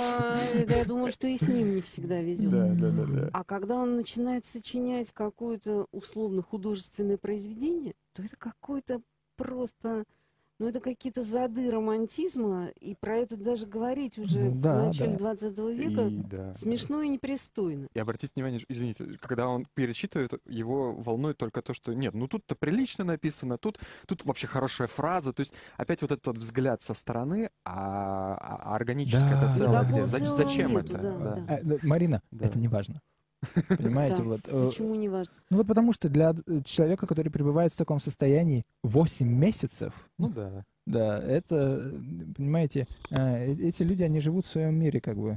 Speaker 2: Ну, да, я думаю, что и с ним не всегда везет.
Speaker 4: Да, да, да, да.
Speaker 2: А когда он начинает сочинять какое-то условно художественное произведение, то это какое-то просто, ну это какие-то зады романтизма, и про это даже говорить уже
Speaker 3: Ну
Speaker 2: в
Speaker 3: да,
Speaker 2: начале
Speaker 3: да.
Speaker 2: двадцатого века
Speaker 4: И да.
Speaker 2: смешно и непристойно.
Speaker 4: И обратите внимание, ш- извините, когда он перечитывает, его волнует только то, что нет, ну тут-то прилично написано, тут, тут вообще хорошая фраза. То есть опять вот этот вот взгляд со стороны, а, а- а органическое
Speaker 3: Да.
Speaker 4: это целое
Speaker 2: Никакого
Speaker 4: где? Зач-
Speaker 2: целого
Speaker 4: зачем
Speaker 2: нету,
Speaker 4: это?
Speaker 2: да,
Speaker 4: Да.
Speaker 2: да.
Speaker 3: А, да, Марина,
Speaker 4: Да.
Speaker 3: это не важно. Понимаете,
Speaker 2: Да.
Speaker 3: вот. э,
Speaker 2: Почему не важно?
Speaker 3: Ну вот потому что для э, человека, который пребывает в таком состоянии восемь месяцев,
Speaker 4: Ну да.
Speaker 3: да, это, э, понимаете, э, э- эти люди, они живут в своем мире, как бы.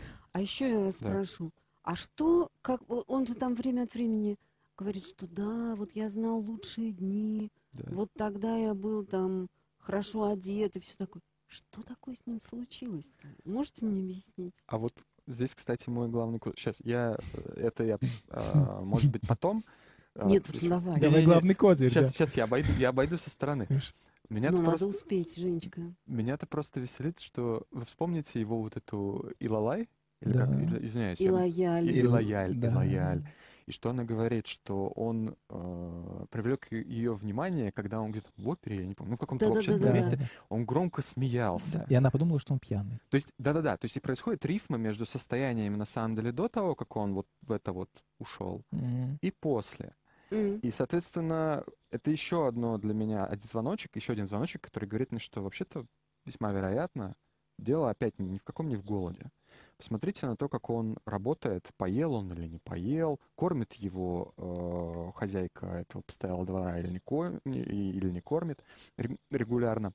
Speaker 2: А еще я вас
Speaker 4: Да.
Speaker 2: спрошу, а что, как о- он же там время от времени говорит, что да, вот я знал лучшие дни,
Speaker 4: Да.
Speaker 2: вот тогда я был там хорошо одет и все такое. Что такое с ним случилось-то? Можете мне объяснить?
Speaker 4: А вот здесь, кстати, мой главный... Сейчас, я... э, Это я, а, может быть, потом... а,
Speaker 2: Нет,
Speaker 4: еще-
Speaker 2: давай.
Speaker 4: Не-не-не,
Speaker 3: Давай главный козырь.
Speaker 4: Сейчас,
Speaker 3: да.
Speaker 4: сейчас я обойду, я обойду со стороны.
Speaker 3: Конечно.
Speaker 4: Меня
Speaker 2: Ну,
Speaker 4: это
Speaker 2: надо
Speaker 4: просто,
Speaker 2: успеть, Женечка.
Speaker 4: меня-то просто веселит, что вы вспомните его вот эту Илалай, или
Speaker 3: Да.
Speaker 4: как, или- извиняюсь,
Speaker 2: И
Speaker 4: я-
Speaker 2: лояль.
Speaker 4: И- Илояль,
Speaker 3: Да.
Speaker 4: Илояль. И что она говорит, что он э, привлек ее внимание, когда он где-то в опере, я не помню, ну в каком-то
Speaker 2: Да-да-да-да.
Speaker 4: общественном
Speaker 2: Да.
Speaker 4: месте, он громко смеялся.
Speaker 3: Да. И она подумала, что он пьяный.
Speaker 4: То есть, да-да-да, то есть и происходит рифма между состояниями на самом деле до того, как он вот в это вот ушел,
Speaker 3: Мгм.
Speaker 4: и после.
Speaker 2: М.
Speaker 4: И, соответственно, это еще одно для меня один звоночек, еще один звоночек, который говорит мне, что вообще-то весьма вероятно, дело опять ни в каком не в голоде. Посмотрите на то, как он работает, поел он или не поел, кормит его э, хозяйка этого постоялого двора или не, ко- не- и- или не кормит ре- регулярно.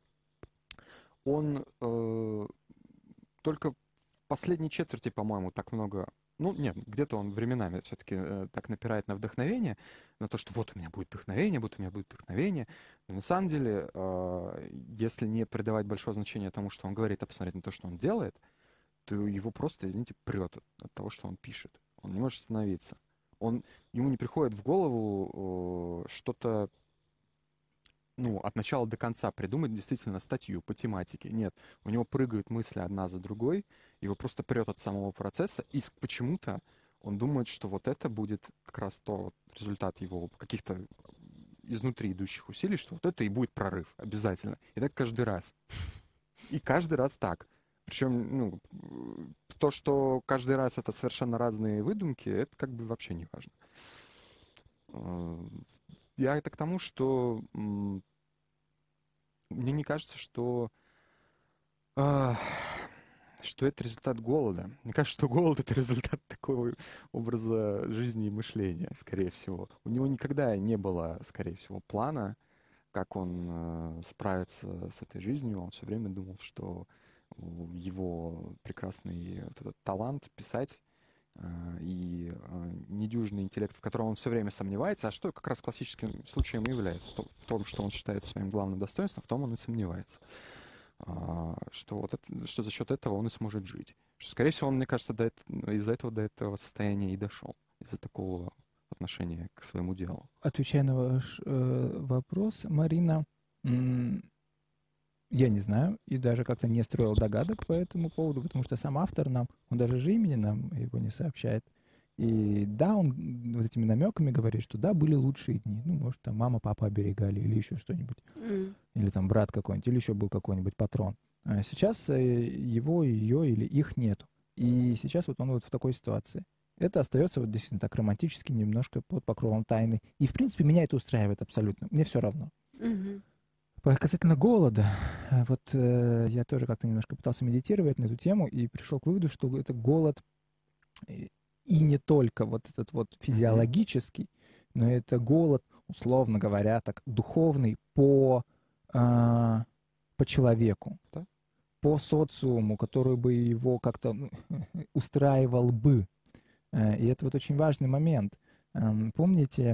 Speaker 4: Он э, только в последней четверти, по-моему, так много... Ну, нет, где-то он временами все-таки э, так напирает на вдохновение, на то, что вот у меня будет вдохновение, вот у меня будет вдохновение. Но на самом деле, э, если не придавать большое значение тому, что он говорит, а посмотреть на то, что он делает, то его просто, извините, прет от, от того, что он пишет. Он не может остановиться. Он, ему не приходит в голову э, что-то, ну, от начала до конца придумать действительно статью по тематике. Нет, у него прыгают мысли одна за другой, его просто прет от самого процесса, и с- почему-то он думает, что вот это будет как раз то вот результат его каких-то изнутри идущих усилий, что вот это и будет прорыв обязательно. И так каждый раз. И каждый раз так. Причем, ну, э, то, что каждый раз это совершенно разные выдумки, это как бы вообще не важно. Э, Я это к тому, что м, мне не кажется, что, а, что это результат голода. Мне кажется, что голод — это результат такого образа жизни и мышления, скорее всего. У него никогда не было, скорее всего, плана, как он э, справится с этой жизнью. Он все время думал, что в- его прекрасный вот этот талант писать э, и э, недюжинный интеллект, в котором он все время сомневается, а что как раз классическим случаем и является, в том, в том, что он считает своим главным достоинством, в том он и сомневается. А, что, вот это, что за счет этого он и сможет жить. Что, скорее всего, он, мне кажется, до эт- из-за этого до этого состояния и дошел, из-за такого отношения к своему делу.
Speaker 3: Отвечая на ваш э, вопрос, Марина, м, я не знаю и даже как-то не строил догадок по этому поводу, потому что сам автор нам, он даже же имени нам его не сообщает. И да, он м, вот этими намеками говорит, что да, были лучшие дни. Ну, может, там мама, папа оберегали или еще что-нибудь.
Speaker 2: М.
Speaker 3: Или там брат какой-нибудь, или еще был какой-нибудь патрон. А сейчас э, его, ее или их нету. И сейчас вот он вот в такой ситуации. Это остается вот действительно так романтически, немножко под покровом тайны. И, в принципе, меня это устраивает абсолютно. Мне все равно.
Speaker 2: Мгм.
Speaker 3: По- Касательно голода, э, вот э, я тоже как-то немножко пытался медитировать на эту тему и пришел к выводу, что это голод э, и не только вот этот вот физиологический, но это голод, условно говоря, так духовный по, а, по человеку,
Speaker 4: Да.
Speaker 3: по социуму, который бы его как-то ну, устраивал бы. Э, И это вот очень важный момент. Эм, Помните,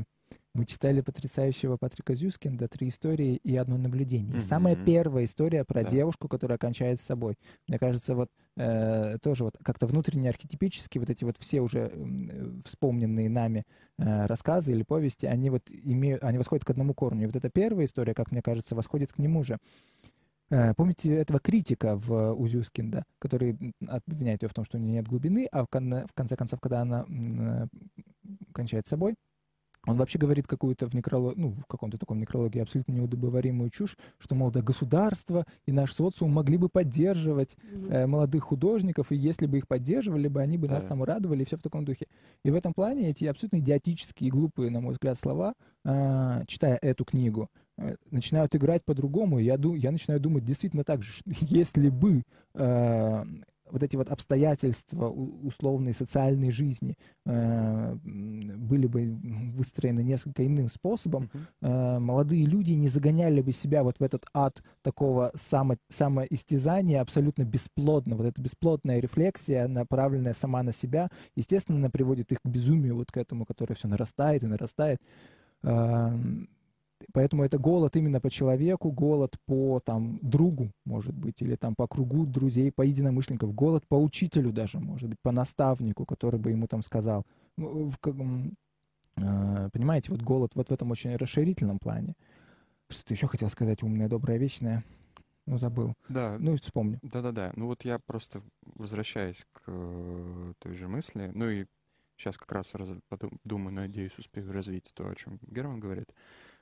Speaker 3: Мы читали потрясающего Патрика Зюскинда «Три истории и одно наблюдение».
Speaker 4: Мгм.
Speaker 3: Самая первая история про
Speaker 4: Да.
Speaker 3: девушку, которая кончает с собой. Мне кажется, вот э, тоже вот как-то внутренне архетипически вот эти вот все уже м, вспомненные нами э, рассказы или повести, они вот имеют, они восходят к одному корню. И вот эта первая история, как мне кажется, восходит к нему же. Э, Помните этого критика в у Зюскинда, который м, обвиняет ее в том, что у нее нет глубины, а в, кон- в конце концов, когда она м, э, кончает с собой, он вообще говорит какую-то в некролог, ну, в каком-то таком некрологии абсолютно неудобоваримую чушь, что, мол, да, государство и наш социум могли бы поддерживать
Speaker 2: Мгм.
Speaker 3: э, молодых художников, и если бы их поддерживали бы, они бы нас
Speaker 4: Да.
Speaker 3: там радовали, и все в таком духе. И в этом плане эти абсолютно идиотические и глупые, на мой взгляд, слова, а, читая эту книгу, э, начинают играть по-другому, и я, ду- я начинаю думать действительно так же, что если бы э, вот эти вот обстоятельства у- условной социальной жизни э, м, были бы выстроены несколько иным способом,
Speaker 4: Мгм.
Speaker 3: э, молодые люди не загоняли бы себя вот в этот ад такого само, самоистязания абсолютно бесплодно. Вот эта бесплодная рефлексия, направленная сама на себя, естественно, она приводит их к безумию, вот к этому, которое все нарастает и нарастает. Эм, Поэтому это голод именно по человеку, голод по там другу, может быть, или там по кругу друзей, по единомышленников, голод по учителю даже, может быть, по наставнику, который бы ему там сказал. Ну, в как- м, э, Понимаете, вот голод вот в этом очень расширительном плане. Что-то еще хотел сказать, умное, доброе, вечное, но забыл.
Speaker 4: Да,
Speaker 3: Ну, и вспомню.
Speaker 4: да-да-да. Ну вот я просто возвращаясь к э, той же мысли, ну и сейчас как раз раз, подум- думаю, надеюсь, успею развить то, о чем Герман говорит.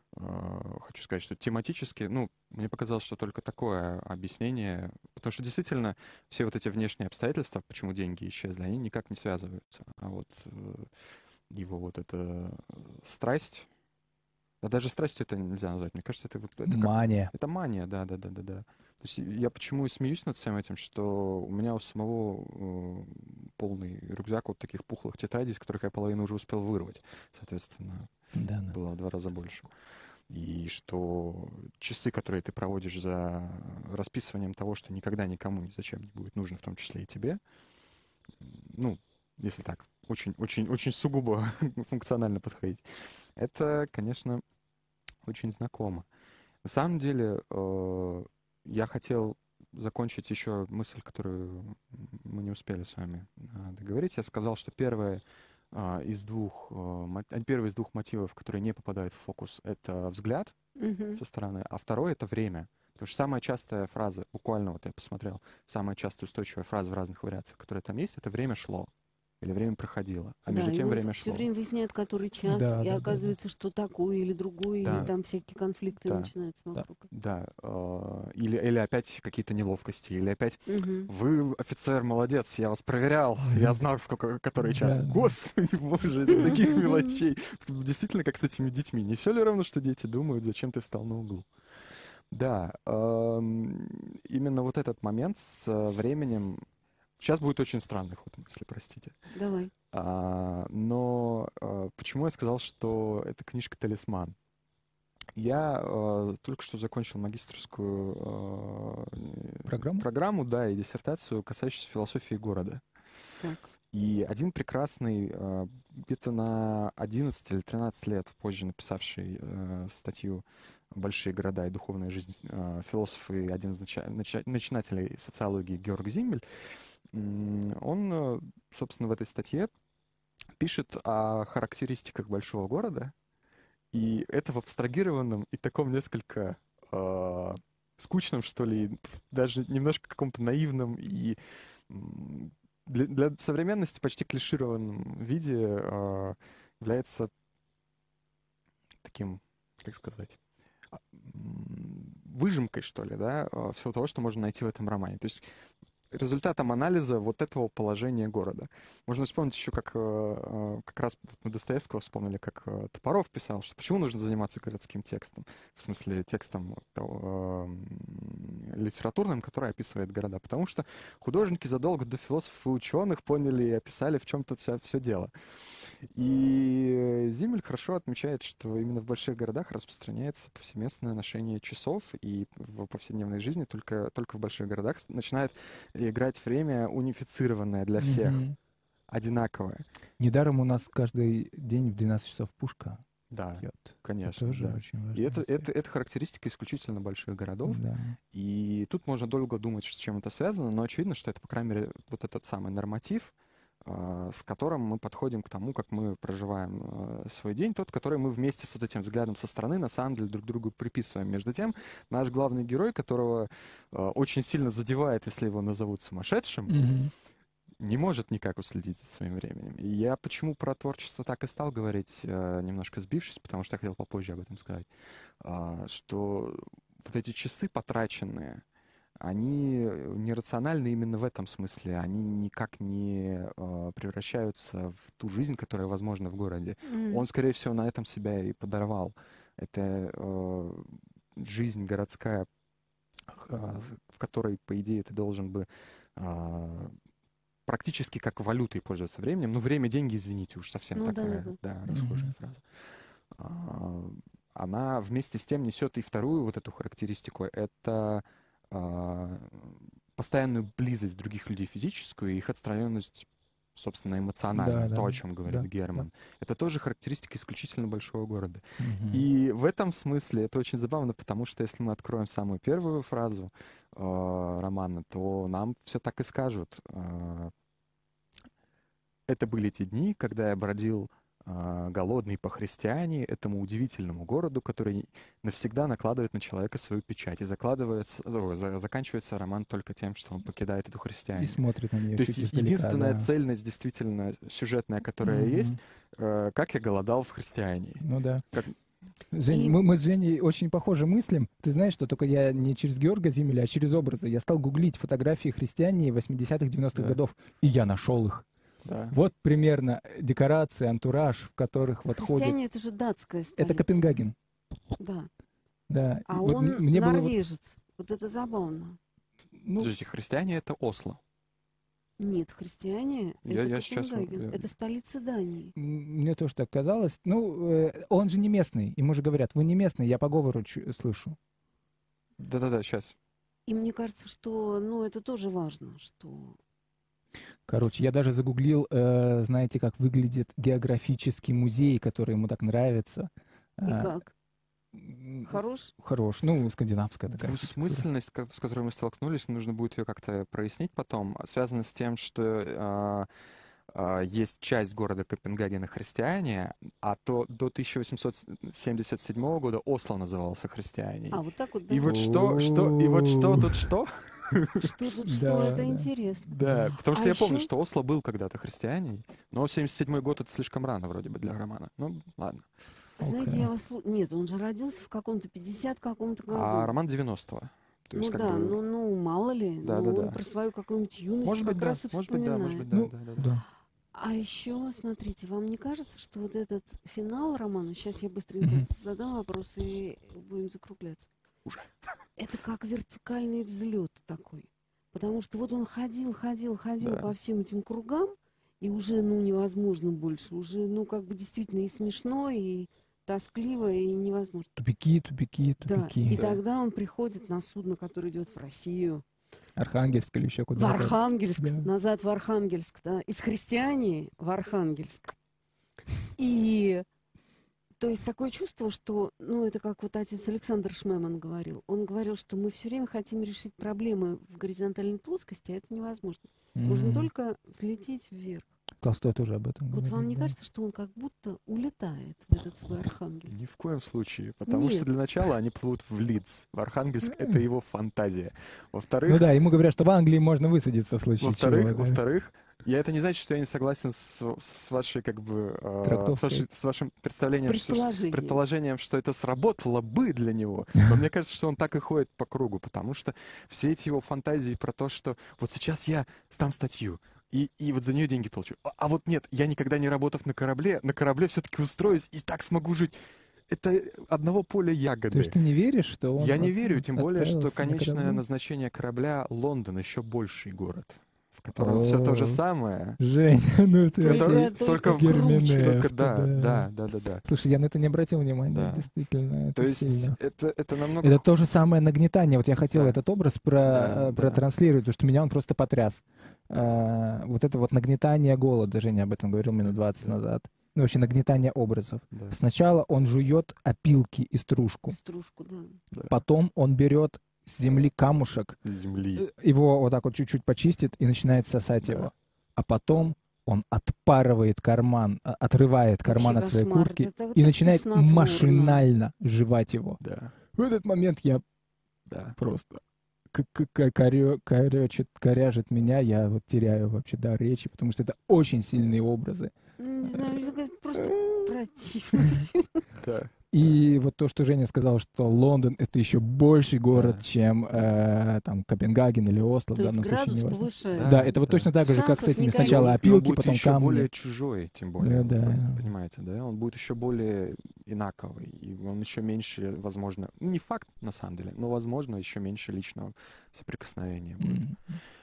Speaker 4: Э, Хочу сказать, что тематически, ну, мне показалось, что только такое объяснение, потому что действительно все вот эти внешние обстоятельства, почему деньги исчезли, они никак не связываются. А вот э, его вот эта страсть, да даже страстью это нельзя назвать, мне кажется, это вот это как
Speaker 3: Мания.
Speaker 4: это мания, да, да, да, да, да. То есть я почему и смеюсь над всем этим, что у меня у самого э, полный рюкзак вот таких пухлых тетрадей, из которых я половину уже успел вырвать, соответственно,
Speaker 3: Да, да.
Speaker 4: было в два раза больше. И что часы, которые ты проводишь за расписыванием того, что никогда никому ни зачем не будет нужно, в том числе и тебе, ну, если так, очень, очень, очень сугубо функционально подходить, это, конечно, очень знакомо. На самом деле, э, я хотел закончить еще мысль, которую мы не успели с вами э, договорить. Я сказал, что первое а, из двух, э, мо- э, первый из двух мотивов, которые не попадают в фокус, это взгляд
Speaker 2: Мгм.
Speaker 4: со стороны, а второй — это время. Потому что самая частая фраза, буквально вот я посмотрел, самая частая устойчивая фраза в разных вариациях, которая там есть, это «время шло» или «время проходило», а между
Speaker 2: Да, и
Speaker 4: тем
Speaker 2: он
Speaker 4: время
Speaker 2: все
Speaker 4: шло.
Speaker 2: время выясняет, который час,
Speaker 3: Да,
Speaker 2: и
Speaker 3: да, да, да.
Speaker 2: оказывается, что такое или другое, или
Speaker 4: Да,
Speaker 2: там всякие конфликты
Speaker 4: да,
Speaker 2: начинаются
Speaker 3: Да.
Speaker 2: вокруг.
Speaker 4: да. э, Или, или опять какие-то неловкости, или опять
Speaker 2: Мгм.
Speaker 4: вы, офицер, молодец, я вас проверял, я знал, сколько, который час.
Speaker 3: Да, да.
Speaker 4: Господи, боже, из-за таких мелочей. Действительно, как с этими детьми. Не все ли равно, что дети думают, зачем ты встал на углу? Да, эм, именно вот этот момент с э, временем... Сейчас будет очень странный ход мысли, простите.
Speaker 2: Давай.
Speaker 4: А, но э, почему я сказал, что эта книжка «Талисман»? Я э, только что закончил магистерскую э,
Speaker 3: Программу?
Speaker 4: программу, да, и диссертацию, касающуюся философии города.
Speaker 2: Так.
Speaker 4: И один прекрасный, э, где-то на одиннадцать или тринадцать лет позже написавший э, статью «Большие города и духовная жизнь» э, философ и один из нача- нача- начинателей социологии Георг Зиммель, м, он, э, собственно, в этой статье пишет о характеристиках большого города, и это в абстрагированном и таком несколько э, скучном, что ли, даже немножко каком-то наивном и м, для, для современности почти клишированном виде э, является таким, как сказать, а, м, выжимкой, что ли, да, э, всего того, что можно найти в этом романе. То есть результатом анализа вот этого положения города. Можно вспомнить еще, как э, э, как раз вот мы Достоевского вспомнили, как э, Топоров писал, что почему нужно заниматься городским текстом, в смысле текстом э, м, литературным, который описывает города, потому что художники задолго до философов и ученых поняли и описали, в чем тут все, все дело. И Зиммель хорошо отмечает, что именно в больших городах распространяется повсеместное ношение часов, и в повседневной жизни только, только в больших городах начинает играть время унифицированное для всех,
Speaker 3: Мгм.
Speaker 4: одинаковое.
Speaker 3: Недаром у нас каждый день в двенадцать часов пушка.
Speaker 4: Да,
Speaker 3: пьет.
Speaker 4: конечно,
Speaker 3: Это тоже
Speaker 4: да.
Speaker 3: очень важно.
Speaker 4: И это, это, это характеристика исключительно больших городов.
Speaker 3: Да.
Speaker 4: И тут можно долго думать, с чем это связано, но очевидно, что это, по крайней мере, вот этот самый норматив, э, с которым мы подходим к тому, как мы проживаем э, свой день, тот, который мы вместе с вот этим взглядом со стороны на самом деле друг другу приписываем. Между тем, наш главный герой, которого э, очень сильно задевает, если его назовут сумасшедшим,
Speaker 3: Мгм.
Speaker 4: не может никак уследить за своим временем. И я почему про творчество так и стал говорить, э, немножко сбившись, потому что я хотел попозже об этом сказать, а, что вот эти часы потраченные, они нерациональны именно в этом смысле. Они никак не э, превращаются в ту жизнь, которая возможна в городе.
Speaker 2: М.
Speaker 4: Он, скорее всего, на этом себя и подорвал. Это э, жизнь городская, э, в которой, по идее, ты должен бы э, практически как валютой пользоваться временем. Ну, время, деньги, извините, уж совсем
Speaker 2: Ну,
Speaker 4: такая,
Speaker 2: да-да-да.
Speaker 4: да, расхожая
Speaker 3: Мгм.
Speaker 4: фраза. А, Она вместе с тем несет и вторую вот эту характеристику. Это а, постоянную близость других людей физическую и их отстраненность, собственно, эмоциональную.
Speaker 3: Да,
Speaker 4: То,
Speaker 3: да,
Speaker 4: о чем говорит
Speaker 3: да,
Speaker 4: Герман. Это тоже характеристика исключительно большого города.
Speaker 3: Мгм.
Speaker 4: И в этом смысле это очень забавно, потому что если мы откроем самую первую фразу э, романа, то нам все так и скажут. Э, это были те дни, когда я бродил э, голодный по христиане, этому удивительному городу, который навсегда накладывает на человека свою печать. И закладывается, о, за- заканчивается роман только тем, что он покидает эту
Speaker 3: И
Speaker 4: христиане.
Speaker 3: смотрит на нее
Speaker 4: То
Speaker 3: чуть
Speaker 4: есть
Speaker 3: издалека,
Speaker 4: единственная
Speaker 3: да.
Speaker 4: цельность, действительно сюжетная, которая
Speaker 3: Мгм.
Speaker 4: есть, э, как я голодал в христиане.
Speaker 3: Ну да.
Speaker 4: Как-
Speaker 3: Жень,
Speaker 2: И-
Speaker 3: мы, мы с Женей очень похоже мыслим. Ты знаешь, что только я не через Георга Зимеля, а через образы. Я стал гуглить фотографии христиане восьмидесятых, девяностых
Speaker 4: Да.
Speaker 3: годов, и я нашел их.
Speaker 4: Да.
Speaker 3: Вот примерно декорации, антураж, в которых вот ходят.
Speaker 2: Христиане — это же датская столица.
Speaker 3: Это Копенгаген.
Speaker 2: Да.
Speaker 3: Да.
Speaker 2: А
Speaker 3: Вот
Speaker 2: он
Speaker 3: м- мне было вот-
Speaker 2: норвежец. Вот это забавно.
Speaker 3: ну,
Speaker 4: Подождите, христиане — это Осло.
Speaker 2: Нет, христиане —
Speaker 4: Я-
Speaker 2: это
Speaker 4: я сейчас,
Speaker 2: Копенгаген.
Speaker 4: э,
Speaker 2: Это столица Дании.
Speaker 3: м, мне тоже так казалось. Ну, э, он же не местный. Ему же говорят, вы не местный, я по говору чу- слышу.
Speaker 4: Да-да-да, сейчас.
Speaker 2: И мне кажется, что, ну, это тоже важно, что...
Speaker 3: Короче, я даже загуглил, э, знаете, как выглядит географический музей, который ему так нравится.
Speaker 2: И
Speaker 3: А,
Speaker 2: как?
Speaker 3: м,
Speaker 2: Хорош?
Speaker 3: Хорош. Ну, скандинавская такая. архитектура.
Speaker 4: Двусмысленность, ко- с которой мы столкнулись, нужно будет ее как-то прояснить потом, связана с тем, что а, а, есть часть города Копенгагена христиане, а то до тысяча восемьсот семьдесят седьмого года Осло назывался христиане.
Speaker 2: А, вот так вот, да?
Speaker 4: И вот что, что, и вот что
Speaker 3: О.
Speaker 4: тут что?
Speaker 2: Что тут что?
Speaker 3: Да,
Speaker 2: Это
Speaker 3: да.
Speaker 2: интересно.
Speaker 4: Да, потому что
Speaker 2: А
Speaker 4: я помню,
Speaker 2: ещё-
Speaker 4: что Осло был когда-то христиане, но семьдесят седьмой год — это слишком рано вроде бы для романа. Ну, ладно.
Speaker 2: Знаете,
Speaker 3: Окей.
Speaker 2: я вас... слу- Нет, он же родился в каком-то пятидесятом каком-то году.
Speaker 4: А роман девяностого. То есть
Speaker 2: Ну
Speaker 4: как
Speaker 2: да,
Speaker 4: бы...
Speaker 2: ну, ну, мало ли.
Speaker 4: Да,
Speaker 2: ну,
Speaker 4: да,
Speaker 2: он
Speaker 4: да.
Speaker 2: про свою какую-нибудь юность
Speaker 4: Может
Speaker 2: как
Speaker 4: быть, да,
Speaker 2: раз и
Speaker 4: может быть, да, может быть, да,
Speaker 3: Ну,
Speaker 4: да, да, да.
Speaker 3: Да.
Speaker 2: А еще, смотрите, вам не кажется, что вот этот финал романа, сейчас я быстренько
Speaker 3: Мгм.
Speaker 2: задам вопрос и будем закругляться.
Speaker 4: Уже.
Speaker 2: Это как вертикальный взлет такой. Потому что вот он ходил, ходил, ходил
Speaker 4: Да.
Speaker 2: по всем этим кругам, и уже, ну, невозможно больше. Уже, ну, как бы действительно и смешно, и тоскливо, и невозможно.
Speaker 3: Тупики, тупики,
Speaker 2: Да,
Speaker 3: тупики.
Speaker 2: и
Speaker 4: Да.
Speaker 2: тогда он приходит на судно, которое идет в Россию.
Speaker 3: Архангельск или еще
Speaker 2: В
Speaker 3: куда-то.
Speaker 2: Архангельск,
Speaker 3: Да.
Speaker 2: назад в Архангельск, да, из христиане в Архангельск. И то есть такое чувство, что, ну, это как вот отец Александр Шмеман говорил. Он говорил, что мы все время хотим решить проблемы в горизонтальной плоскости, а это невозможно. Можно
Speaker 3: М.
Speaker 2: только взлететь вверх.
Speaker 3: Толстой тоже об этом
Speaker 2: Вот
Speaker 3: говорит.
Speaker 2: вам не
Speaker 3: да.
Speaker 2: кажется, что он как будто улетает в этот свой Архангельск?
Speaker 4: Ни в коем случае. Потому
Speaker 2: Нет.
Speaker 4: что для начала они плывут в Лидс. В Архангельск — это его фантазия. Во-вторых,
Speaker 3: Ну да, ему говорят, что в Англии можно высадиться в случае
Speaker 4: во-вторых,
Speaker 3: чего. да.
Speaker 4: во-вторых, я это не значит, что я не согласен с, с вашей, как бы, э, с,
Speaker 3: Трактовкой.
Speaker 4: вашей- с вашим представлением, что,
Speaker 2: Предположение.
Speaker 4: предположением, что это сработало бы для него. Но мне кажется, что он так и ходит по кругу, потому что все эти его фантазии про то, что вот сейчас я сдам статью, и, и вот за нее деньги получу. А, а вот нет, я никогда не работав на корабле, на корабле все-таки устроюсь и так смогу жить. Это одного поля ягоды.
Speaker 3: То есть ты не веришь, что он...
Speaker 4: Я не
Speaker 3: вот
Speaker 4: верю, тем более, что
Speaker 3: отправился на
Speaker 4: конечное
Speaker 3: корабле?
Speaker 4: назначение корабля — Лондон, еще больший город, в котором все то же
Speaker 3: О.
Speaker 4: самое.
Speaker 3: Жень, ну ты...
Speaker 2: Только-
Speaker 3: вообще-
Speaker 2: только
Speaker 4: в-
Speaker 3: Герменевт,
Speaker 4: только да,
Speaker 3: да.
Speaker 4: да, да, да, да.
Speaker 3: Слушай, я на это не обратил внимания,
Speaker 4: Да.
Speaker 3: действительно.
Speaker 4: То
Speaker 3: это
Speaker 4: есть
Speaker 3: сильно.
Speaker 4: это, это намного...
Speaker 3: Это то же самое нагнетание. Вот я хотел
Speaker 4: Да.
Speaker 3: этот образ про,
Speaker 4: Да,
Speaker 3: э,
Speaker 4: да.
Speaker 3: протранслировать, потому что меня он просто потряс. А, вот это вот нагнетание голода, Женя об этом говорил минут двадцать
Speaker 4: Да.
Speaker 3: назад. ну, вообще нагнетание образов.
Speaker 4: Да.
Speaker 3: Сначала он жует опилки и стружку.
Speaker 2: Стружку, да.
Speaker 4: Да.
Speaker 3: Потом он берет с земли камушек,
Speaker 4: Земли.
Speaker 3: его вот так вот чуть-чуть почистит и начинает сосать
Speaker 4: Да.
Speaker 3: его. А потом он отпарывает карман, а- отрывает карман
Speaker 2: Вообще
Speaker 3: от своей
Speaker 2: кошмар.
Speaker 3: куртки
Speaker 2: Это- это
Speaker 3: и начинает
Speaker 2: тошнотворно.
Speaker 3: машинально жевать его.
Speaker 4: Да.
Speaker 3: В этот момент я
Speaker 4: Да.
Speaker 3: просто к- к- к- корё- корёчит, коряжит меня, я вот теряю вообще дар речи, потому что это очень сильные образы.
Speaker 2: Ну, не знаю, это как- просто противно. всё.
Speaker 4: Да.
Speaker 3: И вот то, что Женя сказал, что Лондон — это еще больший город,
Speaker 4: Да.
Speaker 3: чем э, там Копенгаген или Осло,
Speaker 2: То
Speaker 3: в
Speaker 2: есть
Speaker 3: данном случае,
Speaker 2: градус
Speaker 3: неважно.
Speaker 2: повышается.
Speaker 3: Да, это вот
Speaker 4: Да.
Speaker 3: точно так же, как с
Speaker 2: Шансов
Speaker 3: этими
Speaker 2: никаких.
Speaker 3: сначала
Speaker 4: И он
Speaker 3: опилки,
Speaker 4: будет
Speaker 3: потом
Speaker 4: еще
Speaker 3: камни.
Speaker 4: более чужой, тем более.
Speaker 3: Да,
Speaker 4: вы
Speaker 3: да.
Speaker 4: Понимаете, да? Он будет еще более инаковый. И он еще меньше, возможно, ну, не факт на самом деле, но, возможно, еще меньше личного соприкосновения будет.
Speaker 3: М.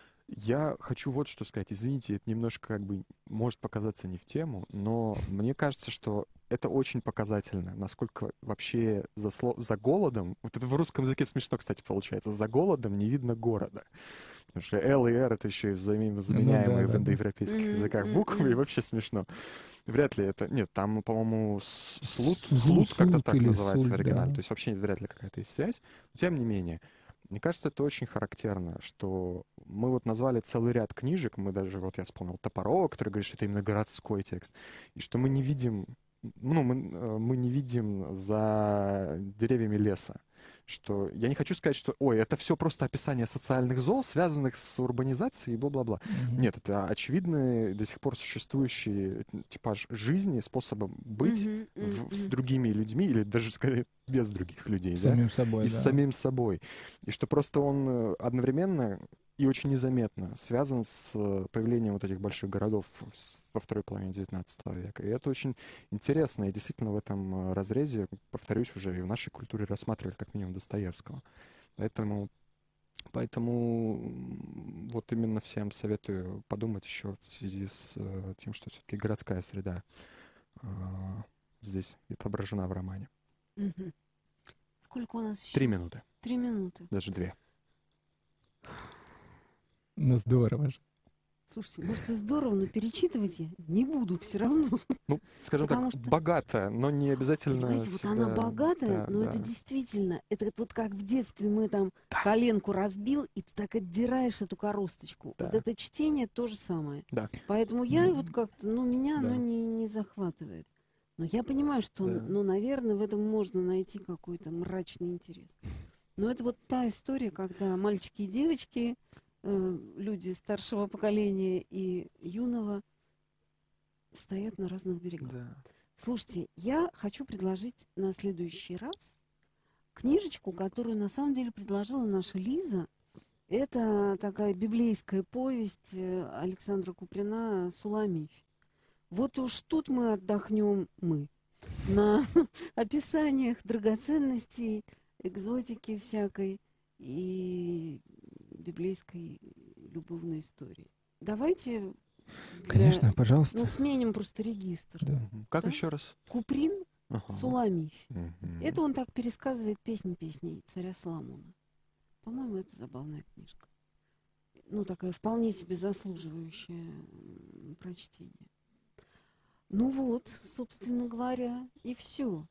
Speaker 4: Я хочу вот что сказать. Извините, это немножко как бы может показаться не в тему, но мне кажется, что это очень показательно, насколько вообще за, сло- за голодом, вот это в русском языке смешно, кстати, получается, за голодом не видно города. Потому что L и R это еще и взаимозаменяемые
Speaker 3: Ну да,
Speaker 4: в
Speaker 3: да, да.
Speaker 4: индоевропейских
Speaker 2: Мгм,
Speaker 4: языках
Speaker 2: мгм,
Speaker 4: буквы, и
Speaker 2: мгм.
Speaker 4: вообще смешно. Вряд ли это... Нет, там, по-моему, с- слут,
Speaker 3: Су-
Speaker 4: слут как-то
Speaker 3: сут
Speaker 4: так
Speaker 3: или
Speaker 4: называется в
Speaker 3: суль,
Speaker 4: оригинале.
Speaker 3: да.
Speaker 4: То есть вообще вряд ли какая-то есть связь. Но тем не менее, мне кажется, это очень характерно, что мы вот назвали целый ряд книжек, мы даже, вот я вспомнил Топорова, который говорит, что это именно городской текст, и что мы не видим, ну, мы, э, мы не видим за деревьями леса. Что я не хочу сказать, что, ой, это все просто описание социальных зол, связанных с урбанизацией и бла-бла-бла.
Speaker 3: Мгм.
Speaker 4: Нет, это очевидный до сих пор существующий типаж жизни, способом быть
Speaker 2: Мгм,
Speaker 4: в- с
Speaker 2: мгм.
Speaker 4: другими людьми, или даже, скорее, без других людей,
Speaker 3: С
Speaker 4: да?
Speaker 3: самим собой,
Speaker 4: И
Speaker 3: да.
Speaker 4: с самим собой. И что просто он э, одновременно и очень незаметно связан с э, появлением вот этих больших городов в- с- во второй половине девятнадцатого века. И это очень интересно. И действительно в этом э, разрезе, повторюсь, уже и в нашей культуре рассматривали как минимум Достоевского. Поэтому, поэтому м, вот именно всем советую подумать еще в связи с э, тем, что все-таки городская среда э, здесь отображена в романе.
Speaker 2: Мгм. Сколько у нас еще?
Speaker 4: Три минуты,
Speaker 2: Три минуты.
Speaker 4: даже две.
Speaker 3: Ну, здорово же.
Speaker 2: Слушайте, может, и здорово, но перечитывать я не буду все равно.
Speaker 4: Ну, скажем
Speaker 2: Потому
Speaker 4: так,
Speaker 2: что-
Speaker 4: богатая, но не обязательно
Speaker 2: Понимаете, вот
Speaker 4: всегда-
Speaker 2: она богатая,
Speaker 4: да,
Speaker 2: но
Speaker 4: да.
Speaker 2: это действительно, это вот как в детстве мы там
Speaker 4: Да.
Speaker 2: коленку разбил, и ты так отдираешь эту коросточку.
Speaker 4: Да.
Speaker 2: Вот это чтение то же самое.
Speaker 4: Да.
Speaker 2: Поэтому я
Speaker 3: Мгм.
Speaker 2: вот как-то, ну, меня
Speaker 4: Да.
Speaker 2: оно не, не захватывает. Но я понимаю, что,
Speaker 4: Да.
Speaker 2: ну, наверное, в этом можно найти какой-то мрачный интерес. Но это вот та история, когда мальчики и девочки, э, люди старшего поколения и юного стоят на разных берегах.
Speaker 4: Да.
Speaker 2: Слушайте, я хочу предложить на следующий раз книжечку, которую на самом деле предложила наша Лиза. Это такая библейская повесть э, Александра Куприна «Суламифь». Вот уж тут мы отдохнем, мы, на описаниях драгоценностей, экзотики всякой и библейской любовной истории. Давайте для-
Speaker 3: Конечно, пожалуйста.
Speaker 2: ну, сменим просто регистр.
Speaker 3: Да.
Speaker 4: Мгм. Как
Speaker 2: Да?
Speaker 4: еще раз?
Speaker 2: Куприн
Speaker 4: Ага.
Speaker 2: «Суламифь».
Speaker 4: Мгм.
Speaker 2: Это он так пересказывает песни песней царя Соломона. По-моему, это забавная книжка. Ну, такая вполне себе заслуживающая м, прочтения. Ну вот, собственно говоря, и все.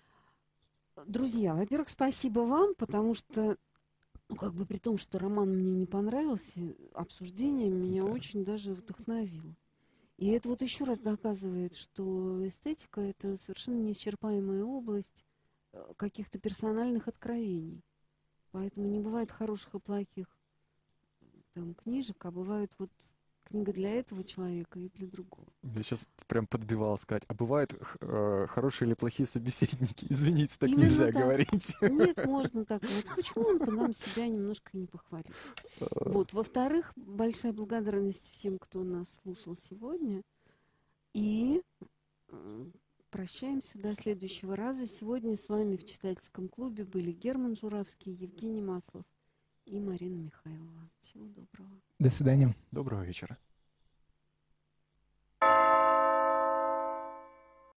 Speaker 2: Друзья, во-первых, спасибо вам, потому что, ну, как бы при том, что роман мне не понравился, обсуждение меня
Speaker 4: Да.
Speaker 2: очень даже вдохновило. И это вот еще раз доказывает, что эстетика — это совершенно неисчерпаемая область э, каких-то персональных откровений. Поэтому не бывает хороших и плохих э, там книжек, а бывает вот книга для этого человека и для другого.
Speaker 4: Я сейчас прям подбивал сказать, а бывают х- э, хорошие или плохие собеседники? Извините, так
Speaker 2: Именно
Speaker 4: нельзя
Speaker 2: так.
Speaker 4: говорить.
Speaker 2: Нет, можно так. Вот почему он бы нам себя немножко не похвалил? Вот. Во-вторых, большая благодарность всем, кто нас слушал сегодня. И э, прощаемся до следующего раза. Сегодня с вами в читательском клубе были Герман Журавский, Евгений Маслов и Марина Михайлова. Всего доброго.
Speaker 3: До свидания.
Speaker 4: Доброго вечера.